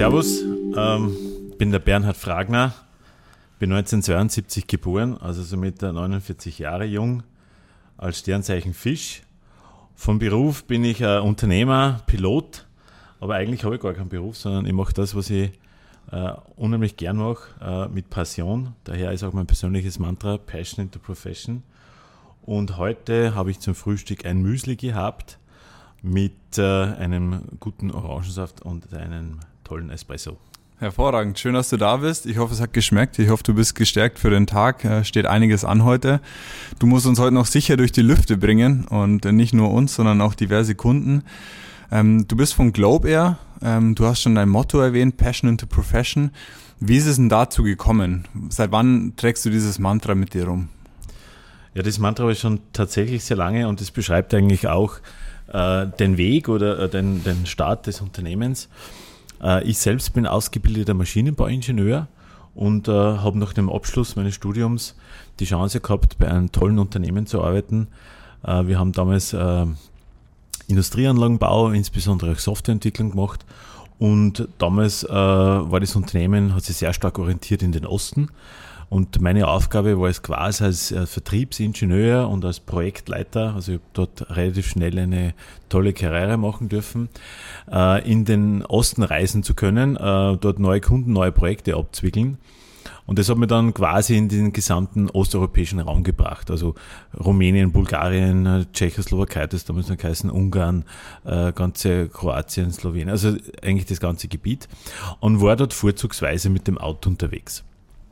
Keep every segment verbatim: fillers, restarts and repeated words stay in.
Servus, ähm, bin der Bernhard Fragner, bin neunzehnhundertzweiundsiebzig geboren, also somit neunundvierzig Jahre jung, als Sternzeichen Fisch. Vom Beruf bin ich äh, Unternehmer, Pilot, aber eigentlich habe ich gar keinen Beruf, sondern ich mache das, was ich äh, unheimlich gern mache, äh, mit Passion. Daher ist auch mein persönliches Mantra, Passion into Profession. Und heute habe ich zum Frühstück ein Müsli gehabt mit äh, einem guten Orangensaft und einem tollen Espresso. Hervorragend, schön, dass du da bist. Ich hoffe, es hat geschmeckt. Ich hoffe, du bist gestärkt für den Tag. Steht einiges an heute. Du musst uns heute noch sicher durch die Lüfte bringen und nicht nur uns, sondern auch diverse Kunden. Ähm, du bist von Globe Air. Ähm, du hast schon dein Motto erwähnt, Passion into Profession. Wie ist es denn dazu gekommen? Seit wann trägst du dieses Mantra mit dir rum? Ja, das Mantra habe ich schon tatsächlich sehr lange und das beschreibt eigentlich auch äh, den Weg oder äh, den, den Start des Unternehmens. Äh, ich selbst bin ausgebildeter Maschinenbauingenieur und äh, habe nach dem Abschluss meines Studiums die Chance gehabt, bei einem tollen Unternehmen zu arbeiten. Äh, wir haben damals äh, Industrieanlagenbau, insbesondere auch Softwareentwicklung gemacht und damals äh, war das Unternehmen, hat sich sehr stark orientiert in den Osten. Und meine Aufgabe war es quasi als Vertriebsingenieur und als Projektleiter, also ich habe dort relativ schnell eine tolle Karriere machen dürfen, in den Osten reisen zu können, dort neue Kunden, neue Projekte abzuwickeln. Und das hat mich dann quasi in den gesamten osteuropäischen Raum gebracht, also Rumänien, Bulgarien, Tschechoslowakei, das damals noch geheißen, Ungarn, ganze Kroatien, Slowenien, also eigentlich das ganze Gebiet und war dort vorzugsweise mit dem Auto unterwegs.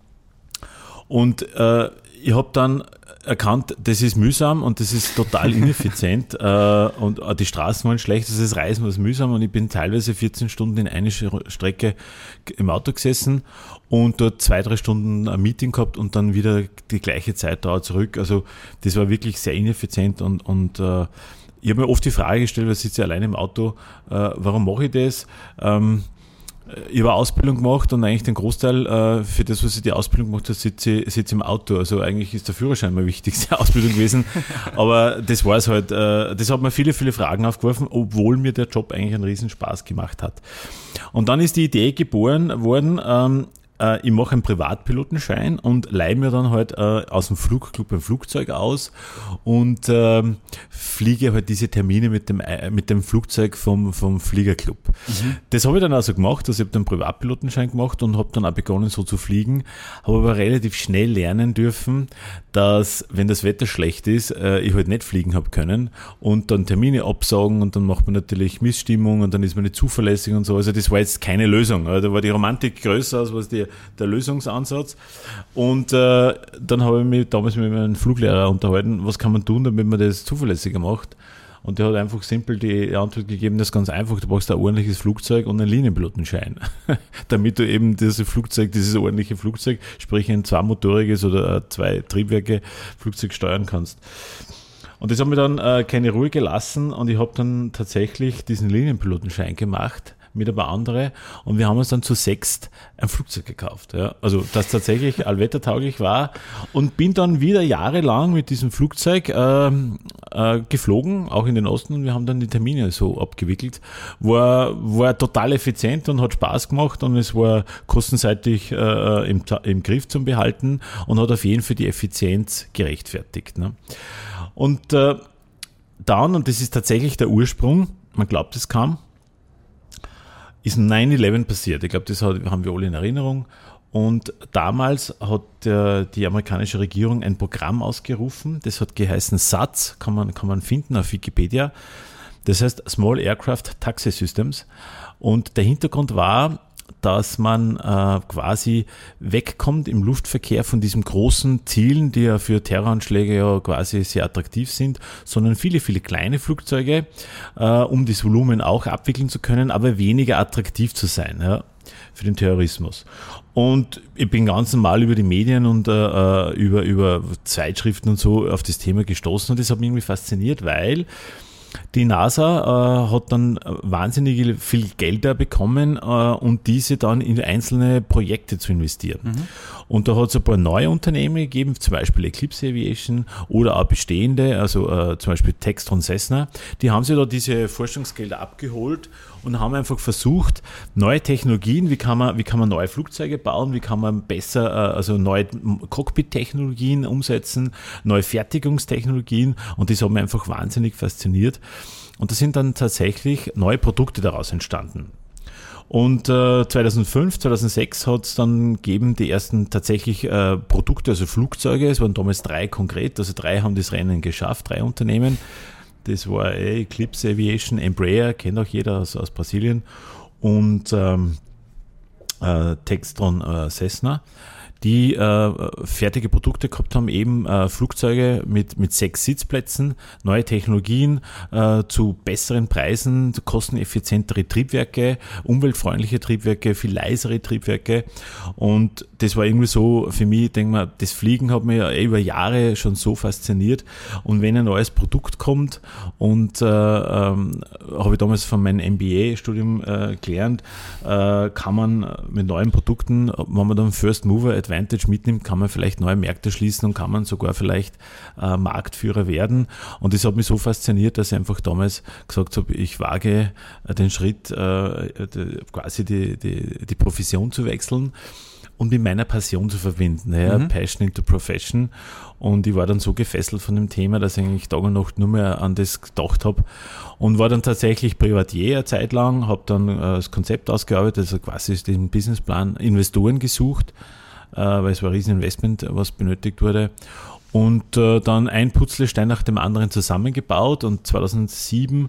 Und äh, ich habe dann erkannt, das ist mühsam und das ist total ineffizient äh, und äh, die Straßen waren schlecht, also das Reisen war mühsam und ich bin teilweise vierzehn Stunden in eine Strecke im Auto gesessen und dort zwei, drei Stunden ein Meeting gehabt und dann wieder die gleiche Zeitdauer zurück. Also das war wirklich sehr ineffizient und, und äh, ich habe mir oft die Frage gestellt, weil ich sitze alleine im Auto, äh, warum mache ich das? Ähm, Ich habe Ausbildung gemacht und eigentlich den Großteil äh, für das, was ich die Ausbildung gemacht habe, sitze ich sitze im Auto. Also eigentlich ist der Führerschein meine wichtigste Ausbildung gewesen. Aber das war es halt. Äh, das hat mir viele, viele Fragen aufgeworfen, obwohl mir der Job eigentlich einen riesen Spaß gemacht hat. Und dann ist die Idee geboren worden, ähm, äh, ich mache einen Privatpilotenschein und leihe mir dann halt äh, aus dem Flugclub ein Flugzeug aus und äh, fliege halt diese Termine mit dem, mit dem Flugzeug vom, vom Fliegerclub. Mhm. Das habe ich dann also gemacht, also ich habe den Privatpilotenschein gemacht und habe dann auch begonnen so zu fliegen, habe aber relativ schnell lernen dürfen, dass wenn das Wetter schlecht ist, äh, ich halt nicht fliegen habe können und dann Termine absagen und dann macht man natürlich Missstimmung und dann ist man nicht zuverlässig und so. Also das war jetzt keine Lösung. Also da war die Romantik größer als was die, der Lösungsansatz. Und äh, dann habe ich mich damals mit meinem Fluglehrer unterhalten, was kann man tun, damit man das zuverlässiger macht. Und der hat einfach simpel die Antwort gegeben, das ist ganz einfach, du brauchst ein ordentliches Flugzeug und einen Linienpilotenschein, damit du eben dieses Flugzeug, dieses ordentliche Flugzeug, sprich ein zweimotoriges oder zwei Triebwerke Flugzeug steuern kannst. Und das hat mir dann äh, keine Ruhe gelassen und ich habe dann tatsächlich diesen Linienpilotenschein gemacht mit ein paar andere und wir haben uns dann zu sechst ein Flugzeug gekauft. Ja. Also das tatsächlich allwettertauglich war und bin dann wieder jahrelang mit diesem Flugzeug äh, äh, geflogen, auch in den Osten und wir haben dann die Termine so abgewickelt. War, war total effizient und hat Spaß gemacht und es war kostenseitig äh, im, im Griff zum Behalten und hat auf jeden Fall die Effizienz gerechtfertigt. Ne. Und äh, dann, und das ist tatsächlich der Ursprung, man glaubt es kaum, ist neun elf passiert. Ich glaube, das haben wir alle in Erinnerung. Und damals hat äh, die amerikanische Regierung ein Programm ausgerufen, das hat geheißen S A T S, kann man, kann man finden auf Wikipedia. Das heißt Small Aircraft Taxi Systems. Und der Hintergrund war, dass man äh, quasi wegkommt im Luftverkehr von diesen großen Zielen, die ja für Terroranschläge ja quasi sehr attraktiv sind, sondern viele, viele kleine Flugzeuge, äh, um das Volumen auch abwickeln zu können, aber weniger attraktiv zu sein, ja, für den Terrorismus. Und ich bin ganz normal über die Medien und äh, über, über Zeitschriften und so auf das Thema gestoßen und das hat mich irgendwie fasziniert, weil Die NASA äh, hat dann wahnsinnig viel Gelder bekommen äh, und diese dann in einzelne Projekte zu investieren. Mhm. Und da hat es ein paar neue Unternehmen gegeben, zum Beispiel Eclipse Aviation oder auch bestehende, also äh, zum Beispiel Textron Cessna. Die haben sich da diese Forschungsgelder abgeholt und haben einfach versucht, neue Technologien, wie kann man, wie kann man neue Flugzeuge bauen, wie kann man besser, äh, also neue Cockpit-Technologien umsetzen, neue Fertigungstechnologien, und das hat mich einfach wahnsinnig fasziniert. Und da sind dann tatsächlich neue Produkte daraus entstanden. Und äh, zweitausendfünf, zweitausendsechs hat es dann gegeben die ersten tatsächlich äh, Produkte, also Flugzeuge. Es waren damals drei konkret, also drei haben das Rennen geschafft, drei Unternehmen. Das war äh, Eclipse Aviation, Embraer, kennt auch jeder aus, aus Brasilien, und ähm, äh, Textron äh, Cessna, die äh, fertige Produkte gehabt haben, eben äh, Flugzeuge mit, mit sechs Sitzplätzen, neue Technologien äh, zu besseren Preisen, zu kosteneffizientere Triebwerke, umweltfreundliche Triebwerke, viel leisere Triebwerke, und das war irgendwie so für mich, ich denke mal, das Fliegen hat mich ja über Jahre schon so fasziniert, und wenn ein neues Produkt kommt, und äh, ähm, habe ich damals von meinem M B A-Studium äh, gelernt, äh, kann man mit neuen Produkten, wenn man dann First Mover Advantage mitnimmt, kann man vielleicht neue Märkte schließen und kann man sogar vielleicht äh, Marktführer werden. Und das hat mich so fasziniert, dass ich einfach damals gesagt habe, ich wage äh, den Schritt, äh, die, quasi die, die, die Profession zu wechseln und mit meiner Passion zu verbinden, ja, mhm. Passion into Profession. Und ich war dann so gefesselt von dem Thema, dass ich eigentlich Tag und Nacht nur mehr an das gedacht habe, und war dann tatsächlich Privatier eine Zeit lang, habe dann äh, das Konzept ausgearbeitet, also quasi den Businessplan, Investoren gesucht, äh, weil es war ein Rieseninvestment, was benötigt wurde. Und äh, dann ein Puzzlestein nach dem anderen zusammengebaut, und zweitausendsieben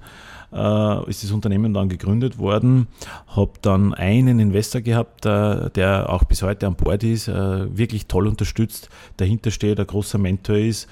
äh, ist das Unternehmen dann gegründet worden, habe dann einen Investor gehabt, äh, der auch bis heute an Bord ist, äh, wirklich toll unterstützt, dahinter steht, ein großer Mentor ist,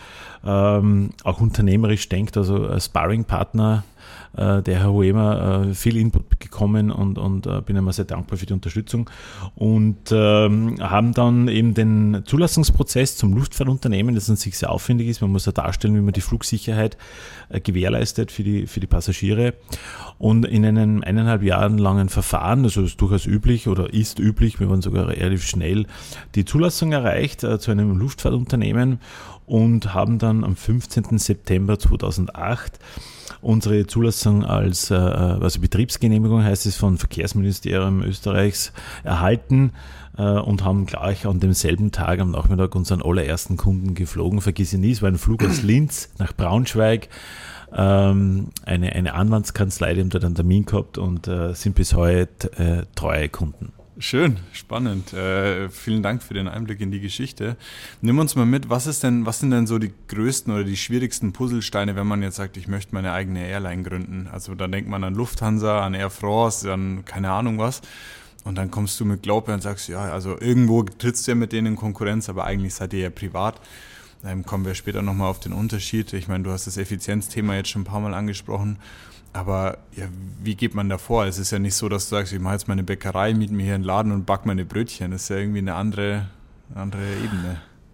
ähm, auch unternehmerisch denkt, also ein Sparringpartner, äh, der Herr Huemer, äh, viel Input gekommen, und, und äh, bin immer sehr dankbar für die Unterstützung, und ähm, haben dann eben den Zulassungsprozess zum Luftfahrtunternehmen, das an sich sehr aufwendig ist. Man muss ja darstellen, wie man die Flugsicherheit äh, gewährleistet für die, für die Passagiere, und in einem eineinhalb Jahren langen Verfahren, also das ist durchaus üblich oder ist üblich, wir waren sogar relativ schnell, die Zulassung erreicht äh, zu einem Luftfahrtunternehmen, und haben dann am fünfzehnten September zweitausendacht unsere Zulassung als, also Betriebsgenehmigung heißt es, von Verkehrsministerium Österreichs erhalten, und haben gleich an demselben Tag am Nachmittag unseren allerersten Kunden geflogen. Vergiss ich nie, es war ein Flug aus Linz nach Braunschweig, eine, eine Anwaltskanzlei, die haben dort einen Termin gehabt, und sind bis heute treue Kunden. Schön, spannend. Äh, vielen Dank für den Einblick in die Geschichte. Nimm uns mal mit, was ist denn, was sind denn so die größten oder die schwierigsten Puzzlesteine, wenn man jetzt sagt, ich möchte meine eigene Airline gründen? Also da denkt man an Lufthansa, an Air France, an keine Ahnung was. Und dann kommst du mit Glaube und sagst, ja, also irgendwo trittst du ja mit denen in Konkurrenz, aber eigentlich seid ihr ja privat. Dann kommen wir später nochmal auf den Unterschied. Ich meine, du hast das Effizienzthema jetzt schon ein paar Mal angesprochen. Aber ja, wie geht man da vor? Es ist ja nicht so, dass du sagst, ich mache jetzt meine Bäckerei, miete mir hier einen Laden und backe meine Brötchen. Das ist ja irgendwie eine andere, andere Ebene.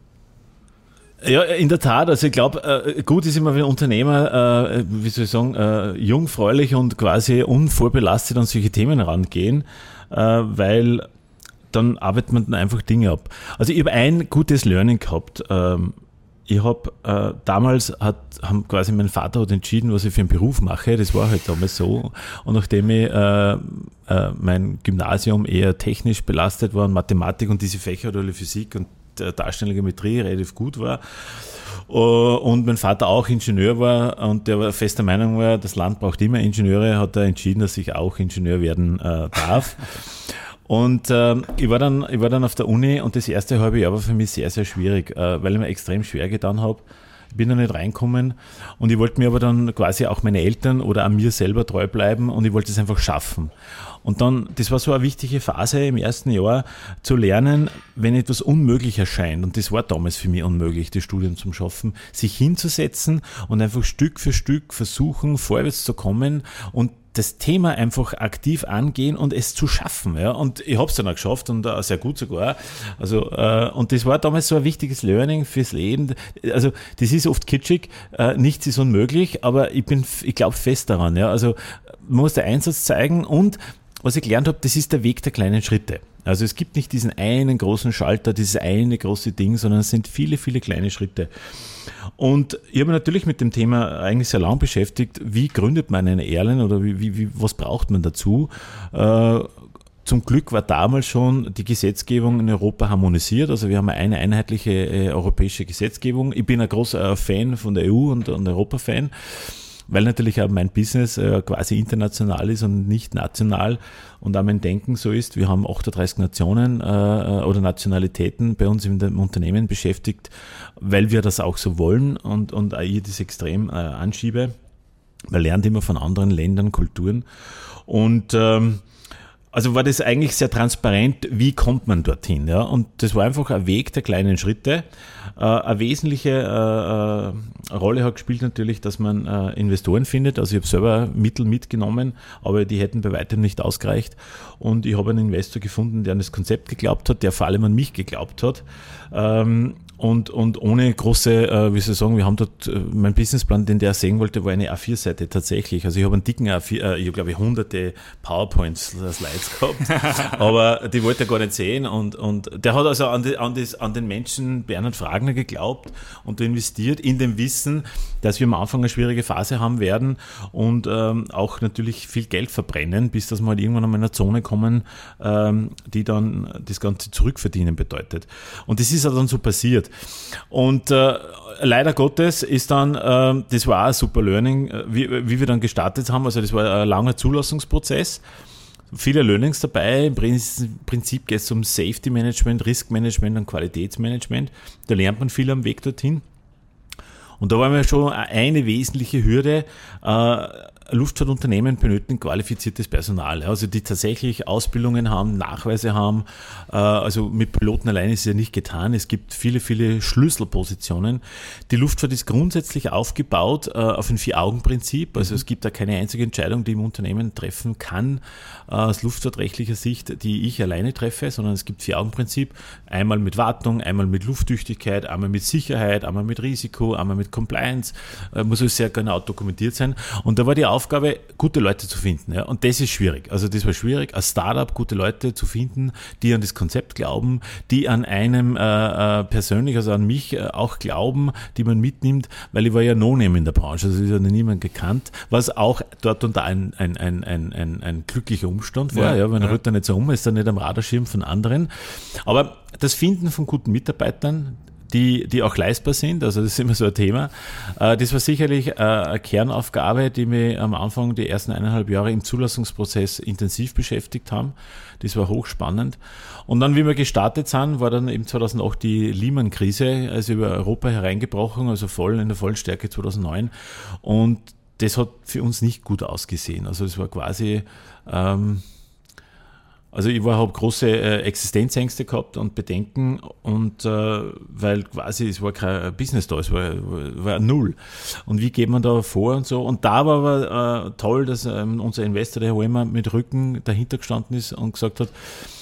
Ja, in der Tat. Also ich glaube, gut ist immer, wenn Unternehmer, wie soll ich sagen, jungfräulich und quasi unvorbelastet an solche Themen rangehen, weil dann arbeitet man dann einfach Dinge ab. Also ich habe ein gutes Learning gehabt. Ich habe äh, damals hat haben quasi mein Vater hat entschieden, was ich für einen Beruf mache. Das war halt damals so. Und nachdem ich äh, äh, mein Gymnasium eher technisch belastet war, und Mathematik und diese Fächer oder Physik und äh, Darstellende Geometrie relativ gut war, uh, und mein Vater auch Ingenieur war und der war fester Meinung war, das Land braucht immer Ingenieure, hat er entschieden, dass ich auch Ingenieur werden äh, darf. Und äh, ich war dann, ich war dann auf der Uni, und das erste halbe Jahr war für mich sehr, sehr schwierig, äh, weil ich mir extrem schwer getan habe. Ich bin da nicht reinkommen, und ich wollte mir aber dann quasi auch meine Eltern oder an mir selber treu bleiben, und ich wollte es einfach schaffen. Und dann, das war so eine wichtige Phase im ersten Jahr, zu lernen, wenn etwas unmöglich erscheint, und das war damals für mich unmöglich, das Studium zum Schaffen, sich hinzusetzen und einfach Stück für Stück versuchen, vorwärts zu kommen, und das Thema einfach aktiv angehen und es zu schaffen. Ja? Und ich habe es dann auch geschafft und uh, sehr gut sogar. Also, uh, und das war damals so ein wichtiges Learning fürs Leben. Also das ist oft kitschig, uh, nichts ist unmöglich, aber ich bin, ich glaube fest daran. Ja? Also man muss den Einsatz zeigen und was ich gelernt habe, das ist der Weg der kleinen Schritte. Also es gibt nicht diesen einen großen Schalter, dieses eine große Ding, sondern es sind viele, viele kleine Schritte. Und ich habe mich natürlich mit dem Thema eigentlich sehr lang beschäftigt, wie gründet man eine Airline oder wie, wie, wie, was braucht man dazu? Äh, zum Glück war damals schon die Gesetzgebung in Europa harmonisiert, also wir haben eine einheitliche äh, europäische Gesetzgebung. Ich bin ein großer Fan von der E U und, und Europa-Fan, weil natürlich auch mein Business äh, quasi international ist und nicht national und auch mein Denken so ist. Wir haben achtunddreißig Nationen äh, oder Nationalitäten bei uns in dem Unternehmen beschäftigt, weil wir das auch so wollen und, und auch ich das extrem äh, anschiebe. Man lernt immer von anderen Ländern, Kulturen und ähm, also war das eigentlich sehr transparent, wie kommt man dorthin, ja? Und das war einfach ein Weg der kleinen Schritte. Äh, eine wesentliche äh, Rolle hat gespielt natürlich, dass man äh, Investoren findet. Also ich habe selber Mittel mitgenommen, aber die hätten bei weitem nicht ausgereicht. Und ich habe einen Investor gefunden, der an das Konzept geglaubt hat, der vor allem an mich geglaubt hat. Ähm, Und, und ohne große, äh, wie soll ich sagen, wir haben dort, äh, mein Businessplan, den der sehen wollte, war eine A vier Seite tatsächlich. Also ich habe einen dicken A vier, äh, ich habe glaube ich hunderte PowerPoints, Slides gehabt, aber die wollte er gar nicht sehen und, und der hat also an, die, an, das, an den Menschen Bernhard Fragner geglaubt und investiert in dem Wissen, dass wir am Anfang eine schwierige Phase haben werden und ähm, auch natürlich viel Geld verbrennen, bis dass wir halt irgendwann an eine Zone kommen, ähm, die dann das Ganze zurückverdienen bedeutet. Und das ist ja dann so passiert. Und äh, leider Gottes ist dann, äh, das war auch ein super Learning, wie, wie wir dann gestartet haben, also das war ein langer Zulassungsprozess, viele Learnings dabei, im Prinzip geht es um Safety Management, Risk Management und Qualitätsmanagement, da lernt man viel am Weg dorthin. Und da war mir schon eine wesentliche Hürde, äh, Luftfahrtunternehmen benötigen qualifiziertes Personal, also die tatsächlich Ausbildungen haben, Nachweise haben, also mit Piloten allein ist es ja nicht getan, es gibt viele, viele Schlüsselpositionen. Die Luftfahrt ist grundsätzlich aufgebaut auf ein Vier-Augen-Prinzip, also es gibt da keine einzige Entscheidung, die im Unternehmen treffen kann, aus luftfahrtrechtlicher Sicht, die ich alleine treffe, sondern es gibt Vier-Augen-Prinzip, einmal mit Wartung, einmal mit Lufttüchtigkeit, einmal mit Sicherheit, einmal mit Risiko, einmal mit Compliance, muss also sehr genau dokumentiert sein und da war die Aufgabe, gute Leute zu finden. Ja? Und das ist schwierig. Also das war schwierig, als Startup gute Leute zu finden, die an das Konzept glauben, die an einem äh, persönlich, also an mich äh, auch glauben, die man mitnimmt, weil ich war ja No-Name in der Branche, also ist ja niemand gekannt, was auch dort unter ein, ein, ein, ein, ein, ein glücklicher Umstand war. Ja, ja, man ja. rührt da nicht so um, ist da nicht am Radarschirm von anderen. Aber das Finden von guten Mitarbeitern, Die, die auch leistbar sind, also das ist immer so ein Thema. Das war sicherlich eine Kernaufgabe, die mich am Anfang die ersten eineinhalb Jahre im Zulassungsprozess intensiv beschäftigt haben. Das war hochspannend. Und dann, wie wir gestartet sind, war dann eben zweitausendacht die Lehman-Krise, also über Europa hereingebrochen, also voll in der vollen Stärke zweitausendneun. Und das hat für uns nicht gut ausgesehen. Also es war quasi... Ähm, Also ich habe große äh, Existenzängste gehabt und Bedenken und äh, weil quasi es war kein Business da, es war, war null. Und wie geht man da vor und so? Und da war aber äh, toll, dass ähm, unser Investor, der Herr Hoemer, mit Rücken dahinter gestanden ist und gesagt hat,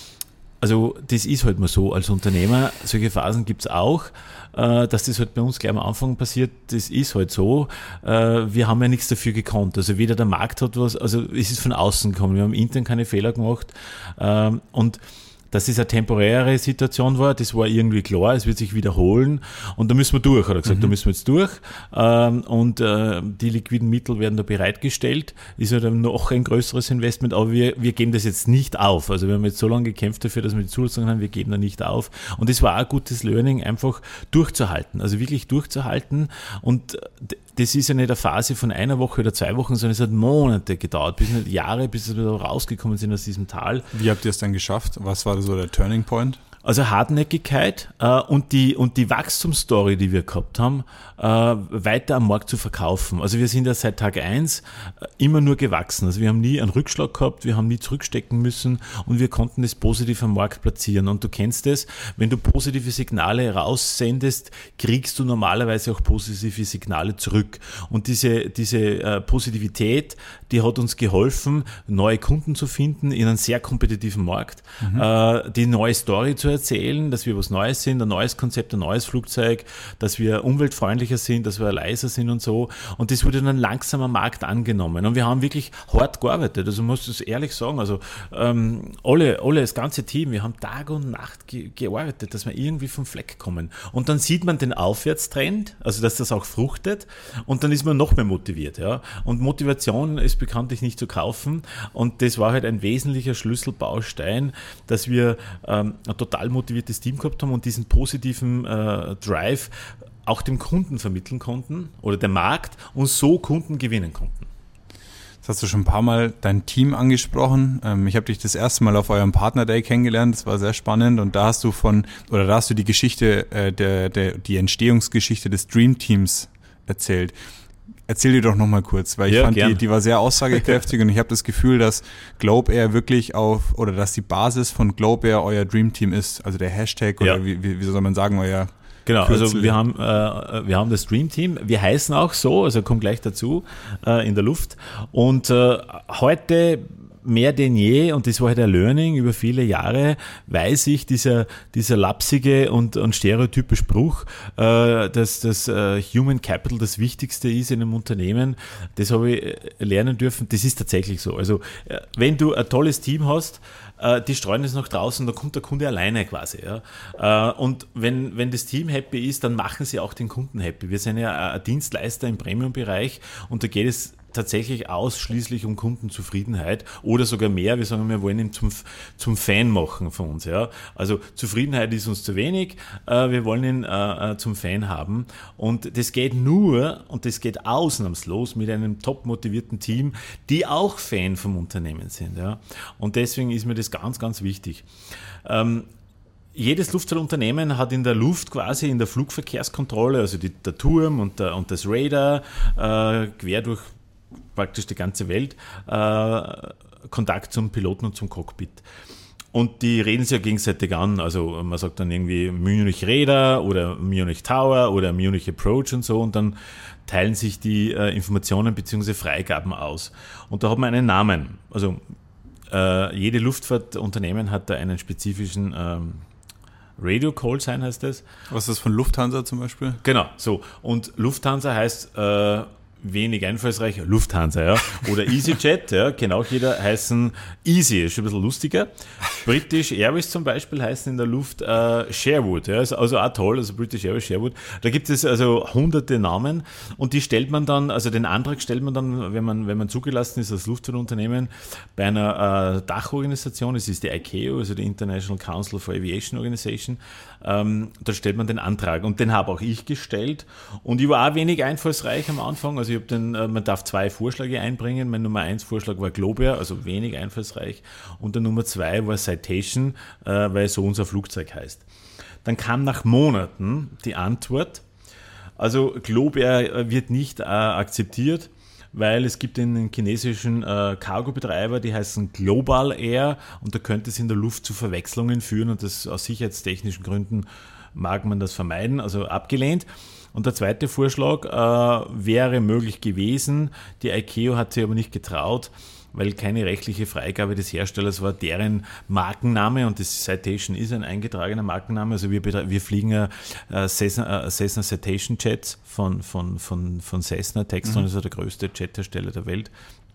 also das ist halt mal so als Unternehmer, solche Phasen gibt's auch, äh, dass das halt bei uns gleich am Anfang passiert, das ist halt so. Äh, wir haben ja nichts dafür gekonnt, also weder der Markt hat was, also es ist von außen gekommen, wir haben intern keine Fehler gemacht äh, und dass es eine temporäre Situation war, das war irgendwie klar, es wird sich wiederholen und da müssen wir durch, hat er gesagt, mhm. da müssen wir jetzt durch ähm, und äh, die liquiden Mittel werden da bereitgestellt, ist ja dann noch ein größeres Investment, aber wir, wir geben das jetzt nicht auf, also wir haben jetzt so lange gekämpft dafür, dass wir die Zulassung haben, wir geben da nicht auf und das war auch ein gutes Learning, einfach durchzuhalten, also wirklich durchzuhalten und das ist ja nicht eine Phase von einer Woche oder zwei Wochen, sondern es hat Monate gedauert, bis nicht Jahre, bis wir da rausgekommen sind aus diesem Tal. Wie habt ihr es dann geschafft? Was war so der Turning Point? Also Hartnäckigkeit äh, und die und die Wachstumsstory, die wir gehabt haben, äh, weiter am Markt zu verkaufen. Also wir sind ja seit Tag eins äh, immer nur gewachsen. Also wir haben nie einen Rückschlag gehabt, wir haben nie zurückstecken müssen und wir konnten das positiv am Markt platzieren. Und du kennst es, wenn du positive Signale raussendest, kriegst du normalerweise auch positive Signale zurück. Und diese diese äh, Positivität, die hat uns geholfen, neue Kunden zu finden in einem sehr kompetitiven Markt, mhm. äh, die neue Story zu erzählen, dass wir was Neues sind, ein neues Konzept, ein neues Flugzeug, dass wir umweltfreundlicher sind, dass wir leiser sind und so. Und das wurde dann langsam am Markt angenommen. Und wir haben wirklich hart gearbeitet. Also muss ich das ehrlich sagen. Also ähm, alle, alle, das ganze Team, wir haben Tag und Nacht ge- gearbeitet, dass wir irgendwie vom Fleck kommen. Und dann sieht man den Aufwärtstrend, also dass das auch fruchtet. Und dann ist man noch mehr motiviert. Ja. Und Motivation ist bekanntlich nicht zu kaufen. Und das war halt ein wesentlicher Schlüsselbaustein, dass wir ähm, ein total motiviertes Team gehabt haben und diesen positiven äh, Drive auch dem Kunden vermitteln konnten oder dem Markt und so Kunden gewinnen konnten. Jetzt hast du schon ein paar Mal dein Team angesprochen. Ich habe dich das erste Mal auf eurem Partner Day kennengelernt. Das war sehr spannend. Und da hast du von, oder da hast du die Geschichte, der, der, die Entstehungsgeschichte des Dream Teams erzählt. Erzähl dir doch nochmal kurz, weil ich ja, fand, die, die war sehr aussagekräftig und ich habe das Gefühl, dass Globe Air wirklich auf, oder dass die Basis von Globe Air euer Dream Team ist, also der Hashtag oder ja. wie, wie soll man sagen, euer Genau, Kürzel. Also wir haben, äh, wir haben das Dream Team, wir heißen auch so, also kommt gleich dazu, äh, in der Luft und äh, heute mehr denn je, und das war halt ein Learning über viele Jahre, weiß ich, dieser, dieser lapsige und, und stereotype Spruch, äh, dass das äh, Human Capital das Wichtigste ist in einem Unternehmen, das habe ich lernen dürfen, das ist tatsächlich so. Also äh, wenn du ein tolles Team hast, äh, die streuen es nach draußen, da kommt der Kunde alleine quasi. Ja? Äh, und wenn, wenn das Team happy ist, dann machen sie auch den Kunden happy. Wir sind ja ein Dienstleister im Premium-Bereich und da geht es tatsächlich ausschließlich um Kundenzufriedenheit oder sogar mehr. Wir sagen, wir wollen ihn zum, zum Fan machen von uns. Ja. Also Zufriedenheit ist uns zu wenig, äh, wir wollen ihn äh, zum Fan haben und das geht nur und das geht ausnahmslos mit einem top motivierten Team, die auch Fan vom Unternehmen sind. Ja. Und deswegen ist mir das ganz, ganz wichtig. Ähm, Jedes Luftfahrtunternehmen hat in der Luft quasi in der Flugverkehrskontrolle, also die, der Turm und, der, und das Radar, äh, quer durch praktisch die ganze Welt, äh, Kontakt zum Piloten und zum Cockpit. Und die reden sich ja gegenseitig an, also man sagt dann irgendwie Munich Radar oder Munich Tower oder Munich Approach und so und dann teilen sich die äh, Informationen bzw. Freigaben aus. Und da hat man einen Namen, also äh, jede Luftfahrtunternehmen hat da einen spezifischen ähm, Radio Call Sign heißt das. Was ist das von Lufthansa zum Beispiel? Genau, so. Und Lufthansa heißt äh, wenig einfallsreich, Lufthansa, ja. Oder EasyJet, ja, kennt auch jeder, heißen Easy, ist schon ein bisschen lustiger. British Airways zum Beispiel heißen in der Luft äh, Sherwood, ja, ist also auch toll, also British Airways Sherwood. Da gibt es also hunderte Namen und die stellt man dann, also den Antrag stellt man dann, wenn man, wenn man zugelassen ist als Luftfahrtunternehmen, bei einer äh, Dachorganisation, es ist die I C A O, also die International Council for Aviation Organization, ähm, da stellt man den Antrag und den habe auch ich gestellt und ich war auch wenig einfallsreich am Anfang, also ich habe den, man darf zwei Vorschläge einbringen. Mein Nummer eins Vorschlag war Globe Air, also wenig einfallsreich. Und der Nummer zwei war Citation, weil so unser Flugzeug heißt. Dann kam nach Monaten die Antwort, also Globe Air wird nicht äh, akzeptiert, weil es gibt einen chinesischen äh, Cargo-Betreiber, die heißen Global Air und da könnte es in der Luft zu Verwechslungen führen und das aus sicherheitstechnischen Gründen mag man das vermeiden, also abgelehnt. Und der zweite Vorschlag äh, wäre möglich gewesen, die I C A O hat sich aber nicht getraut, weil keine rechtliche Freigabe des Herstellers war, deren Markenname, und das Citation ist ein eingetragener Markenname, also wir, wir fliegen ja äh, Cessna, äh, Cessna Citation Jets von, von, von, von Cessna, Textron mhm. ist ja der größte Jethersteller der Welt.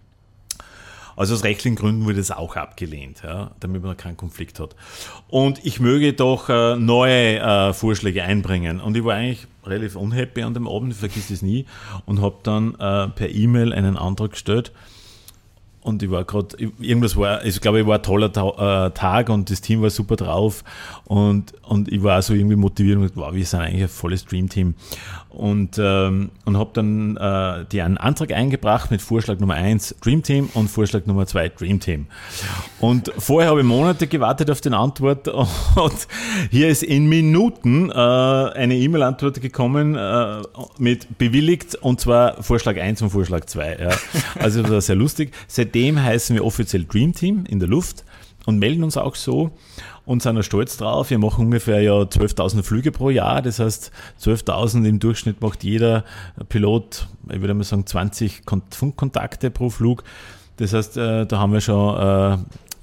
Also aus rechtlichen Gründen wurde das auch abgelehnt, ja, damit man keinen Konflikt hat. Und ich möge doch äh, neue äh, Vorschläge einbringen. Und ich war eigentlich relativ unhappy an dem Abend, ich vergiss das nie, und habe dann äh, per E-Mail einen Antrag gestellt. und ich war gerade, irgendwas war, ich glaube, ich war ein toller Ta- äh, Tag und das Team war super drauf und, und ich war so irgendwie motiviert und gesagt, wow, wir sind eigentlich ein volles Dream-Team. Und, ähm, und habe dann äh, die einen Antrag eingebracht mit Vorschlag Nummer eins Dream Team und Vorschlag Nummer zwei Dream Team. Und vorher habe ich Monate gewartet auf den Antwort und hier ist in Minuten äh, eine E-Mail-Antwort gekommen äh, mit bewilligt und zwar Vorschlag eins und Vorschlag zwei. Ja. Also das war sehr lustig. Seitdem heißen wir offiziell Dream Team in der Luft und melden uns auch so. Und sind auch stolz drauf. Wir machen ungefähr ja zwölftausend Flüge pro Jahr. Das heißt, zwölftausend im Durchschnitt macht jeder Pilot, ich würde mal sagen, zwanzig Funkkontakte pro Flug. Das heißt, da haben wir schon äh,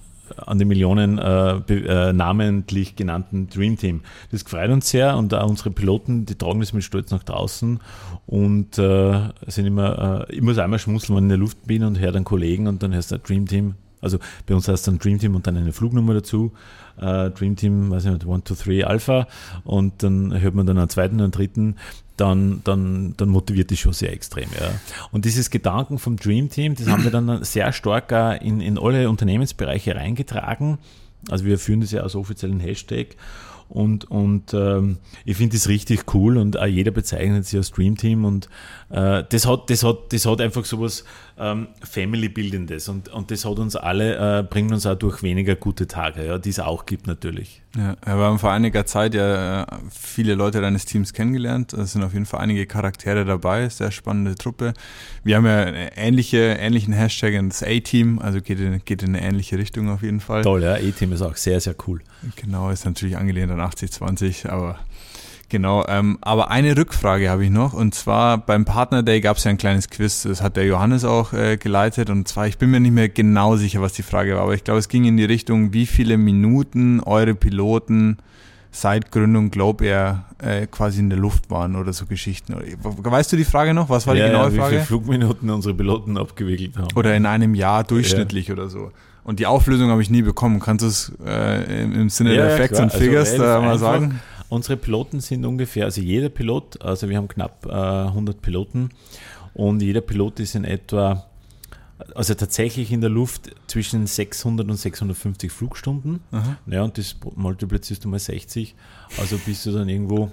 an die Millionen äh, äh, namentlich genannten Dream Team. Das freut uns sehr und auch unsere Piloten, die tragen das mit Stolz nach draußen und äh, sind immer, äh, ich muss einmal schmunzeln, wenn ich in der Luft bin und höre dann Kollegen und dann heißt der Dream Team. Also bei uns heißt dann Dream Team und dann eine Flugnummer dazu. Uh, Dream Team, weiß ich nicht, eins, zwei, drei Alpha und dann hört man dann einen zweiten und einen dritten, dann, dann, dann motiviert das schon sehr extrem. Ja. Und dieses Gedanken vom Dream Team, das haben wir dann sehr stark in, in alle Unternehmensbereiche reingetragen. Also wir führen das ja als offiziellen Hashtag und, und ähm, ich finde das richtig cool und auch jeder bezeichnet sich als Dream Team und äh, das hat, das hat, das hat einfach sowas ähm, Family-Bildendes und, und das hat uns alle, äh, bringt uns auch durch weniger gute Tage, ja, die es auch gibt natürlich. Ja, wir haben vor einiger Zeit ja viele Leute deines Teams kennengelernt, es sind auf jeden Fall einige Charaktere dabei, sehr spannende Truppe. Wir haben ja eine ähnliche, ähnlichen Hashtag, das A-Team, also geht in, geht in eine ähnliche Richtung auf jeden Fall. Toll, ja, A-Team ist auch sehr, sehr cool. Genau, ist natürlich angelehnt an achtzig zwanzig, aber genau. Ähm, aber eine Rückfrage habe ich noch und zwar beim Partner Day gab es ja ein kleines Quiz, das hat der Johannes auch äh, geleitet und zwar, ich bin mir nicht mehr genau sicher, was die Frage war, aber ich glaube, es ging in die Richtung, wie viele Minuten eure Piloten seit Gründung Globe Air äh, quasi in der Luft waren oder so Geschichten. Weißt du die Frage noch? Was war die ja, genaue ja, wie Frage? Wie viele Flugminuten unsere Piloten abgewickelt haben. Oder in einem Jahr durchschnittlich ja. oder so. Und die Auflösung habe ich nie bekommen. Kannst du es äh, im Sinne ja, der Facts and Figures also da mal sagen? Unsere Piloten sind ungefähr, also jeder Pilot, also wir haben knapp äh, hundert Piloten und jeder Pilot ist in etwa, also tatsächlich in der Luft zwischen sechshundert und sechshundertfünfzig Flugstunden. Aha. Ja, und das multiplizierst du mal sechzig, also bist du dann irgendwo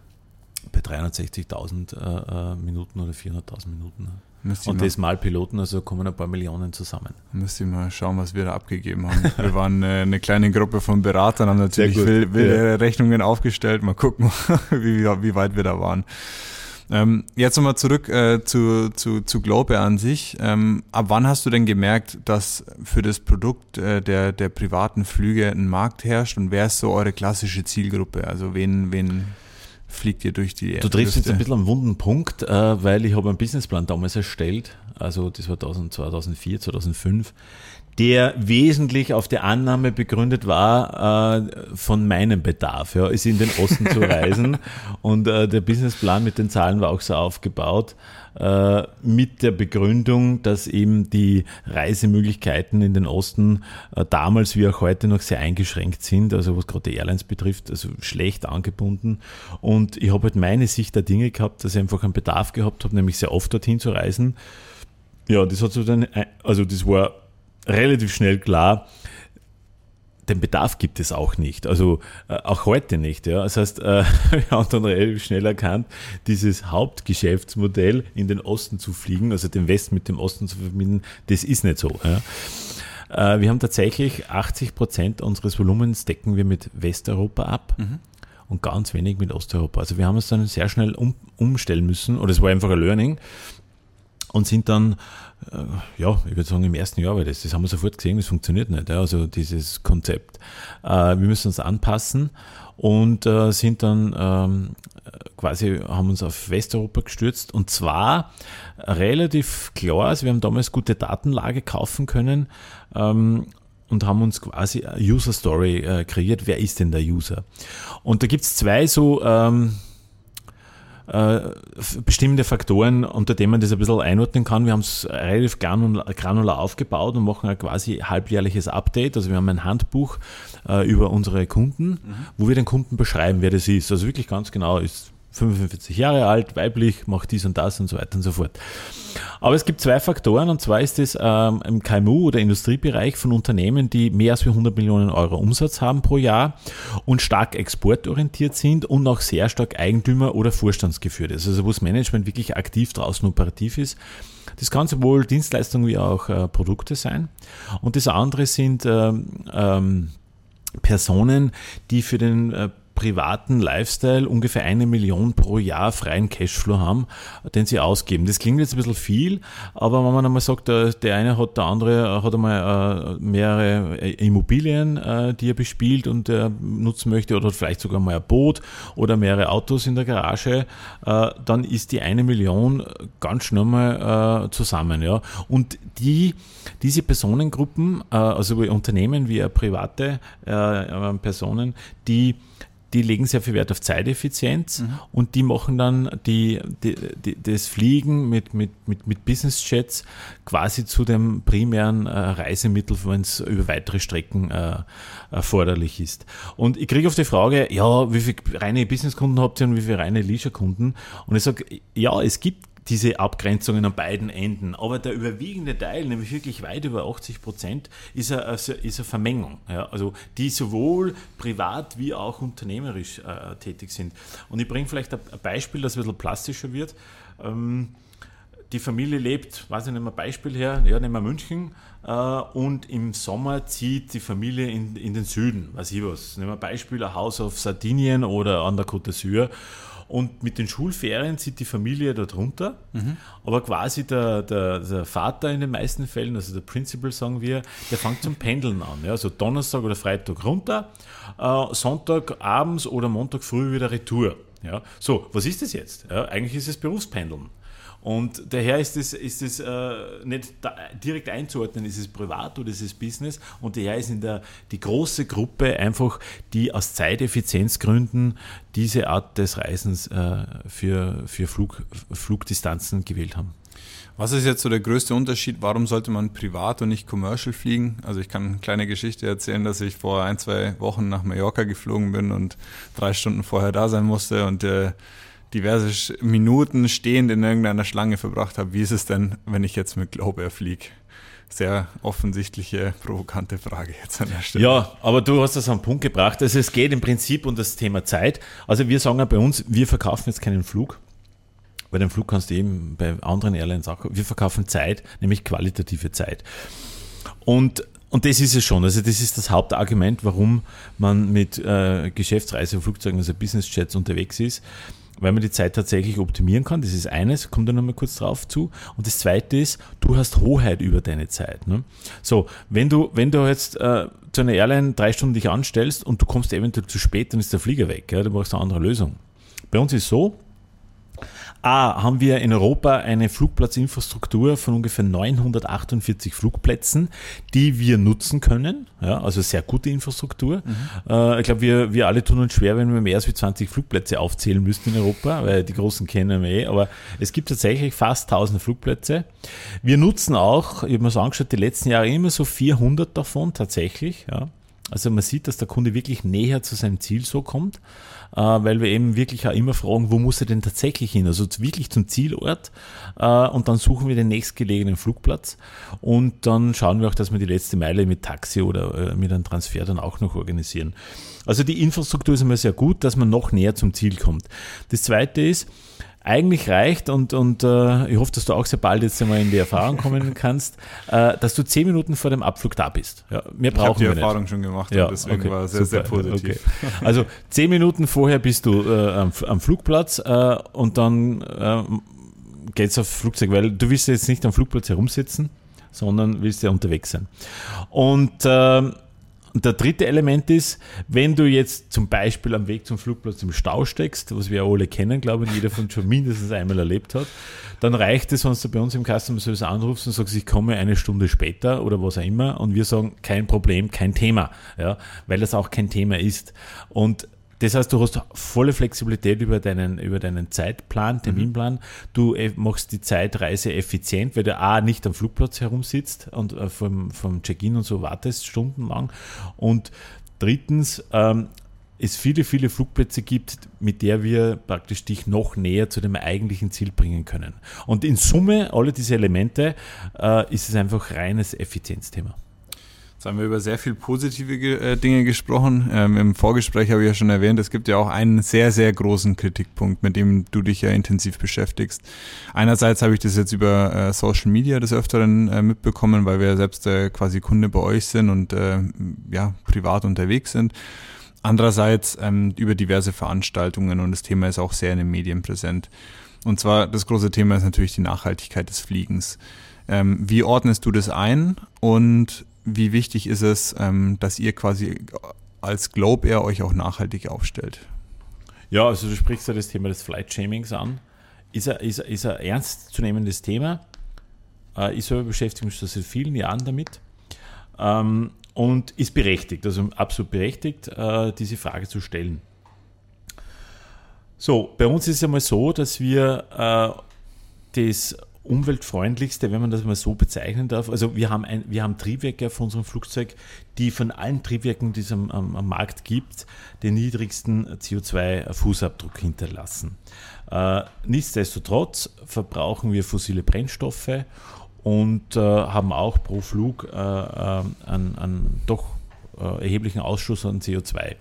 bei dreihundertsechzigtausend äh, äh, Minuten oder vierhunderttausend Minuten. Müsste und das mal Piloten, also kommen ein paar Millionen zusammen. Müsste ich mal schauen, was wir da abgegeben haben. Wir waren eine, eine kleine Gruppe von Beratern, haben natürlich wilde ja. Rechnungen aufgestellt. Mal gucken, wie, wie weit wir da waren. Ähm, jetzt nochmal zurück äh, zu, zu, zu Globe Air an sich. Ähm, ab wann hast du denn gemerkt, dass für das Produkt äh, der, der privaten Flüge ein Markt herrscht und wer ist so eure klassische Zielgruppe? Also wen, wen fliegt ihr durch die Du triffst jetzt ein bisschen am wunden Punkt, äh, weil ich habe einen Businessplan damals erstellt, also das war zweitausendvier, zweitausendfünf, der wesentlich auf der Annahme begründet war, äh, von meinem Bedarf, ja, ist in den Osten zu reisen und äh, der Businessplan mit den Zahlen war auch so aufgebaut, äh, mit der Begründung, dass eben die Reisemöglichkeiten in den Osten äh, damals wie auch heute noch sehr eingeschränkt sind, also was gerade die Airlines betrifft, also schlecht angebunden und ich habe halt meine Sicht der Dinge gehabt, dass ich einfach einen Bedarf gehabt habe, nämlich sehr oft dorthin zu reisen. Ja, das hat so dann, also das war relativ schnell klar, den Bedarf gibt es auch nicht, also äh, auch heute nicht. Ja. Das heißt, äh, wir haben dann relativ schnell erkannt, dieses Hauptgeschäftsmodell in den Osten zu fliegen, also den Westen mit dem Osten zu verbinden, das ist nicht so. Ja. Äh, wir haben tatsächlich achtzig Prozent unseres Volumens decken wir mit Westeuropa ab. Mhm. Und ganz wenig mit Osteuropa. Also wir haben uns dann sehr schnell um, umstellen müssen, oder es war einfach ein Learning, und sind dann, äh, ja, ich würde sagen, im ersten Jahr war das, das haben wir sofort gesehen, das funktioniert nicht, ja, also dieses Konzept. Äh, wir müssen uns anpassen und äh, sind dann ähm, quasi, haben uns auf Westeuropa gestürzt und zwar relativ klar, also wir haben damals gute Datenlage kaufen können, ähm, und haben uns quasi eine User Story äh, kreiert. Wer ist denn der User? Und da gibt's zwei so ähm, äh, bestimmende Faktoren, unter denen man das ein bisschen einordnen kann. Wir haben es relativ granular aufgebaut und machen ein quasi halbjährliches Update. Also wir haben ein Handbuch äh, über unsere Kunden, mhm. wo wir den Kunden beschreiben, wer das ist. Also wirklich ganz genau ist fünfundvierzig Jahre alt, weiblich, macht dies und das und so weiter und so fort. Aber es gibt zwei Faktoren, und zwar ist es ähm, im K M U- oder Industriebereich von Unternehmen, die mehr als hundert Millionen Euro Umsatz haben pro Jahr und stark exportorientiert sind und auch sehr stark Eigentümer- oder Vorstandsgeführt ist, also wo das Management wirklich aktiv draußen operativ ist. Das kann sowohl Dienstleistungen wie auch äh, Produkte sein. Und das andere sind ähm, ähm, Personen, die für den äh, privaten Lifestyle ungefähr eine Million pro Jahr freien Cashflow haben, den sie ausgeben. Das klingt jetzt ein bisschen viel, aber wenn man einmal sagt, der eine hat, der andere hat einmal mehrere Immobilien, die er bespielt und er nutzen möchte, oder hat vielleicht sogar mal ein Boot oder mehrere Autos in der Garage, dann ist die eine Million ganz schnell mal zusammen. Ja. Und die, diese Personengruppen, also Unternehmen wie private Personen, die Die legen sehr viel Wert auf Zeiteffizienz, mhm. und die machen dann die, die, die, das Fliegen mit, mit, mit, mit Business-Jets quasi zu dem primären äh, Reisemittel, wenn es über weitere Strecken äh, erforderlich ist. Und ich kriege auf die Frage, ja, wie viele reine Business-Kunden habt ihr und wie viele reine Leisure-Kunden? Und ich sage, ja, es gibt diese Abgrenzungen an beiden Enden. Aber der überwiegende Teil, nämlich wirklich weit über achtzig Prozent, ist eine, ist eine Vermengung. Ja, also die sowohl privat wie auch unternehmerisch äh, tätig sind. Und ich bringe vielleicht ein Beispiel, das ein bisschen plastischer wird. Ähm, die Familie lebt, weiß ich nicht, ein Beispiel her, ja, nehmen wir München, äh, und im Sommer zieht die Familie in, in den Süden, weiß ich was. Nehmen wir ein Beispiel, ein Haus auf Sardinien oder an der Côte d'Azur. Und mit den Schulferien zieht die Familie da drunter, mhm. aber quasi der, der, der Vater in den meisten Fällen, also der Principal sagen wir, der fängt zum Pendeln an. Ja, also Donnerstag oder Freitag runter, äh, Sonntag abends oder Montag früh wieder Retour. Ja, so, was ist das jetzt? Ja, eigentlich ist es Berufspendeln. Und daher ist es, ist es äh, nicht da, direkt einzuordnen, ist es privat oder ist es Business, und daher ist in der die große Gruppe einfach, die aus Zeiteffizienzgründen diese Art des Reisens äh, für, für Flug, Flugdistanzen gewählt haben. Was ist jetzt so der größte Unterschied? Warum sollte man privat und nicht commercial fliegen? Also ich kann eine kleine Geschichte erzählen, dass ich vor ein, zwei Wochen nach Mallorca geflogen bin und drei Stunden vorher da sein musste und äh, diverse Minuten stehend in irgendeiner Schlange verbracht habe. Wie ist es denn, wenn ich jetzt mit GlobeAir fliege? Sehr offensichtliche, provokante Frage jetzt an der Stelle. Ja, aber du hast das auf den Punkt gebracht. Also es geht im Prinzip um das Thema Zeit. Also wir sagen ja bei uns, wir verkaufen jetzt keinen Flug. Bei dem Flug kannst du eben bei anderen Airlines auch, wir verkaufen Zeit, nämlich qualitative Zeit. Und Und das ist es schon. Also das ist das Hauptargument, warum man mit äh, Geschäftsreiseflugzeugen, also Business-Jets unterwegs ist, weil man die Zeit tatsächlich optimieren kann. Das ist eines, kommt da nochmal kurz drauf zu. Und das zweite ist, du hast Hoheit über deine Zeit. Ne? So, wenn du, wenn du jetzt äh, zu einer Airline drei Stunden dich anstellst und du kommst eventuell zu spät, dann ist der Flieger weg. Ja? Du brauchst eine andere Lösung. Bei uns ist so, A, haben wir in Europa eine Flugplatzinfrastruktur von ungefähr neunhundertachtundvierzig Flugplätzen, die wir nutzen können. Ja, also sehr gute Infrastruktur. Mhm. Äh, ich glaube, wir, wir alle tun uns schwer, wenn wir mehr als zwanzig Flugplätze aufzählen müssten in Europa, weil die großen kennen wir eh. Aber es gibt tatsächlich fast tausend Flugplätze. Wir nutzen auch, ich habe mir das angeschaut, die letzten Jahre immer so vierhundert davon tatsächlich. Ja. Also man sieht, dass der Kunde wirklich näher zu seinem Ziel so kommt, äh, weil wir eben wirklich auch immer fragen, wo muss er denn tatsächlich hin? Also wirklich zum Zielort, äh, und dann suchen wir den nächstgelegenen Flugplatz und dann schauen wir auch, dass wir die letzte Meile mit Taxi oder äh, mit einem Transfer dann auch noch organisieren. Also die Infrastruktur ist immer sehr gut, dass man noch näher zum Ziel kommt. Das Zweite ist, eigentlich reicht, und, und äh, ich hoffe, dass du auch sehr bald jetzt einmal in die Erfahrung kommen kannst, äh, dass du zehn Minuten vor dem Abflug da bist. Ja, mehr brauchen wir nicht. Ich habe die Erfahrung nicht. schon gemacht, ja, und deswegen okay, war es sehr, super, sehr positiv. Okay. Also zehn Minuten vorher bist du äh, am, am Flugplatz äh, und dann äh, geht's auf Flugzeug, weil du willst jetzt nicht am Flugplatz herumsitzen, sondern willst ja unterwegs sein. Und äh, Und der dritte Element ist, wenn du jetzt zum Beispiel am Weg zum Flugplatz im Stau steckst, was wir alle kennen, glaube ich, jeder von uns schon mindestens einmal erlebt hat, dann reicht es, wenn du bei uns im Customer Service anrufst und sagst, ich komme eine Stunde später oder was auch immer, und wir sagen, kein Problem, kein Thema, ja, weil das auch kein Thema ist. Und das heißt, du hast volle Flexibilität über deinen, über deinen Zeitplan, Terminplan. Du machst die Zeitreise effizient, weil du A, nicht am Flugplatz herumsitzt und vom, vom Check-in und so wartest stundenlang. Und drittens, ähm, es viele, viele Flugplätze gibt, mit der wir praktisch dich noch näher zu dem eigentlichen Ziel bringen können. Und in Summe, alle diese Elemente, äh, ist es einfach reines Effizienzthema. Jetzt haben wir über sehr viel positive äh, Dinge gesprochen. Ähm, Im Vorgespräch habe ich ja schon erwähnt, es gibt ja auch einen sehr, sehr großen Kritikpunkt, mit dem du dich ja intensiv beschäftigst. Einerseits habe ich das jetzt über äh, Social Media des Öfteren äh, mitbekommen, weil wir ja selbst äh, quasi Kunde bei euch sind und äh, ja, privat unterwegs sind. Andererseits ähm, über diverse Veranstaltungen und das Thema ist auch sehr in den Medien präsent. Und zwar das große Thema ist natürlich die Nachhaltigkeit des Fliegens. Ähm, wie ordnest du das ein und wie wichtig ist es, ähm, dass ihr quasi als Globe Air euch auch nachhaltig aufstellt? Ja, also du sprichst ja das Thema des Flight-Shamings an. Ist ein, ist, ist ein ernstzunehmendes Thema. Äh, ich selber beschäftige mich schon seit vielen Jahren damit. Ähm, Und ist berechtigt, also absolut berechtigt, äh, diese Frage zu stellen. So, bei uns ist es einmal so, dass wir äh, das umweltfreundlichste, wenn man das mal so bezeichnen darf, also wir haben, ein, wir haben Triebwerke auf unserem Flugzeug, die von allen Triebwerken, die es am, am, am Markt gibt, den niedrigsten C O zwei Fußabdruck hinterlassen. Äh, nichtsdestotrotz verbrauchen wir fossile Brennstoffe und äh, haben auch pro Flug äh, äh, einen, einen doch äh, erheblichen Ausschuss an C O zwei.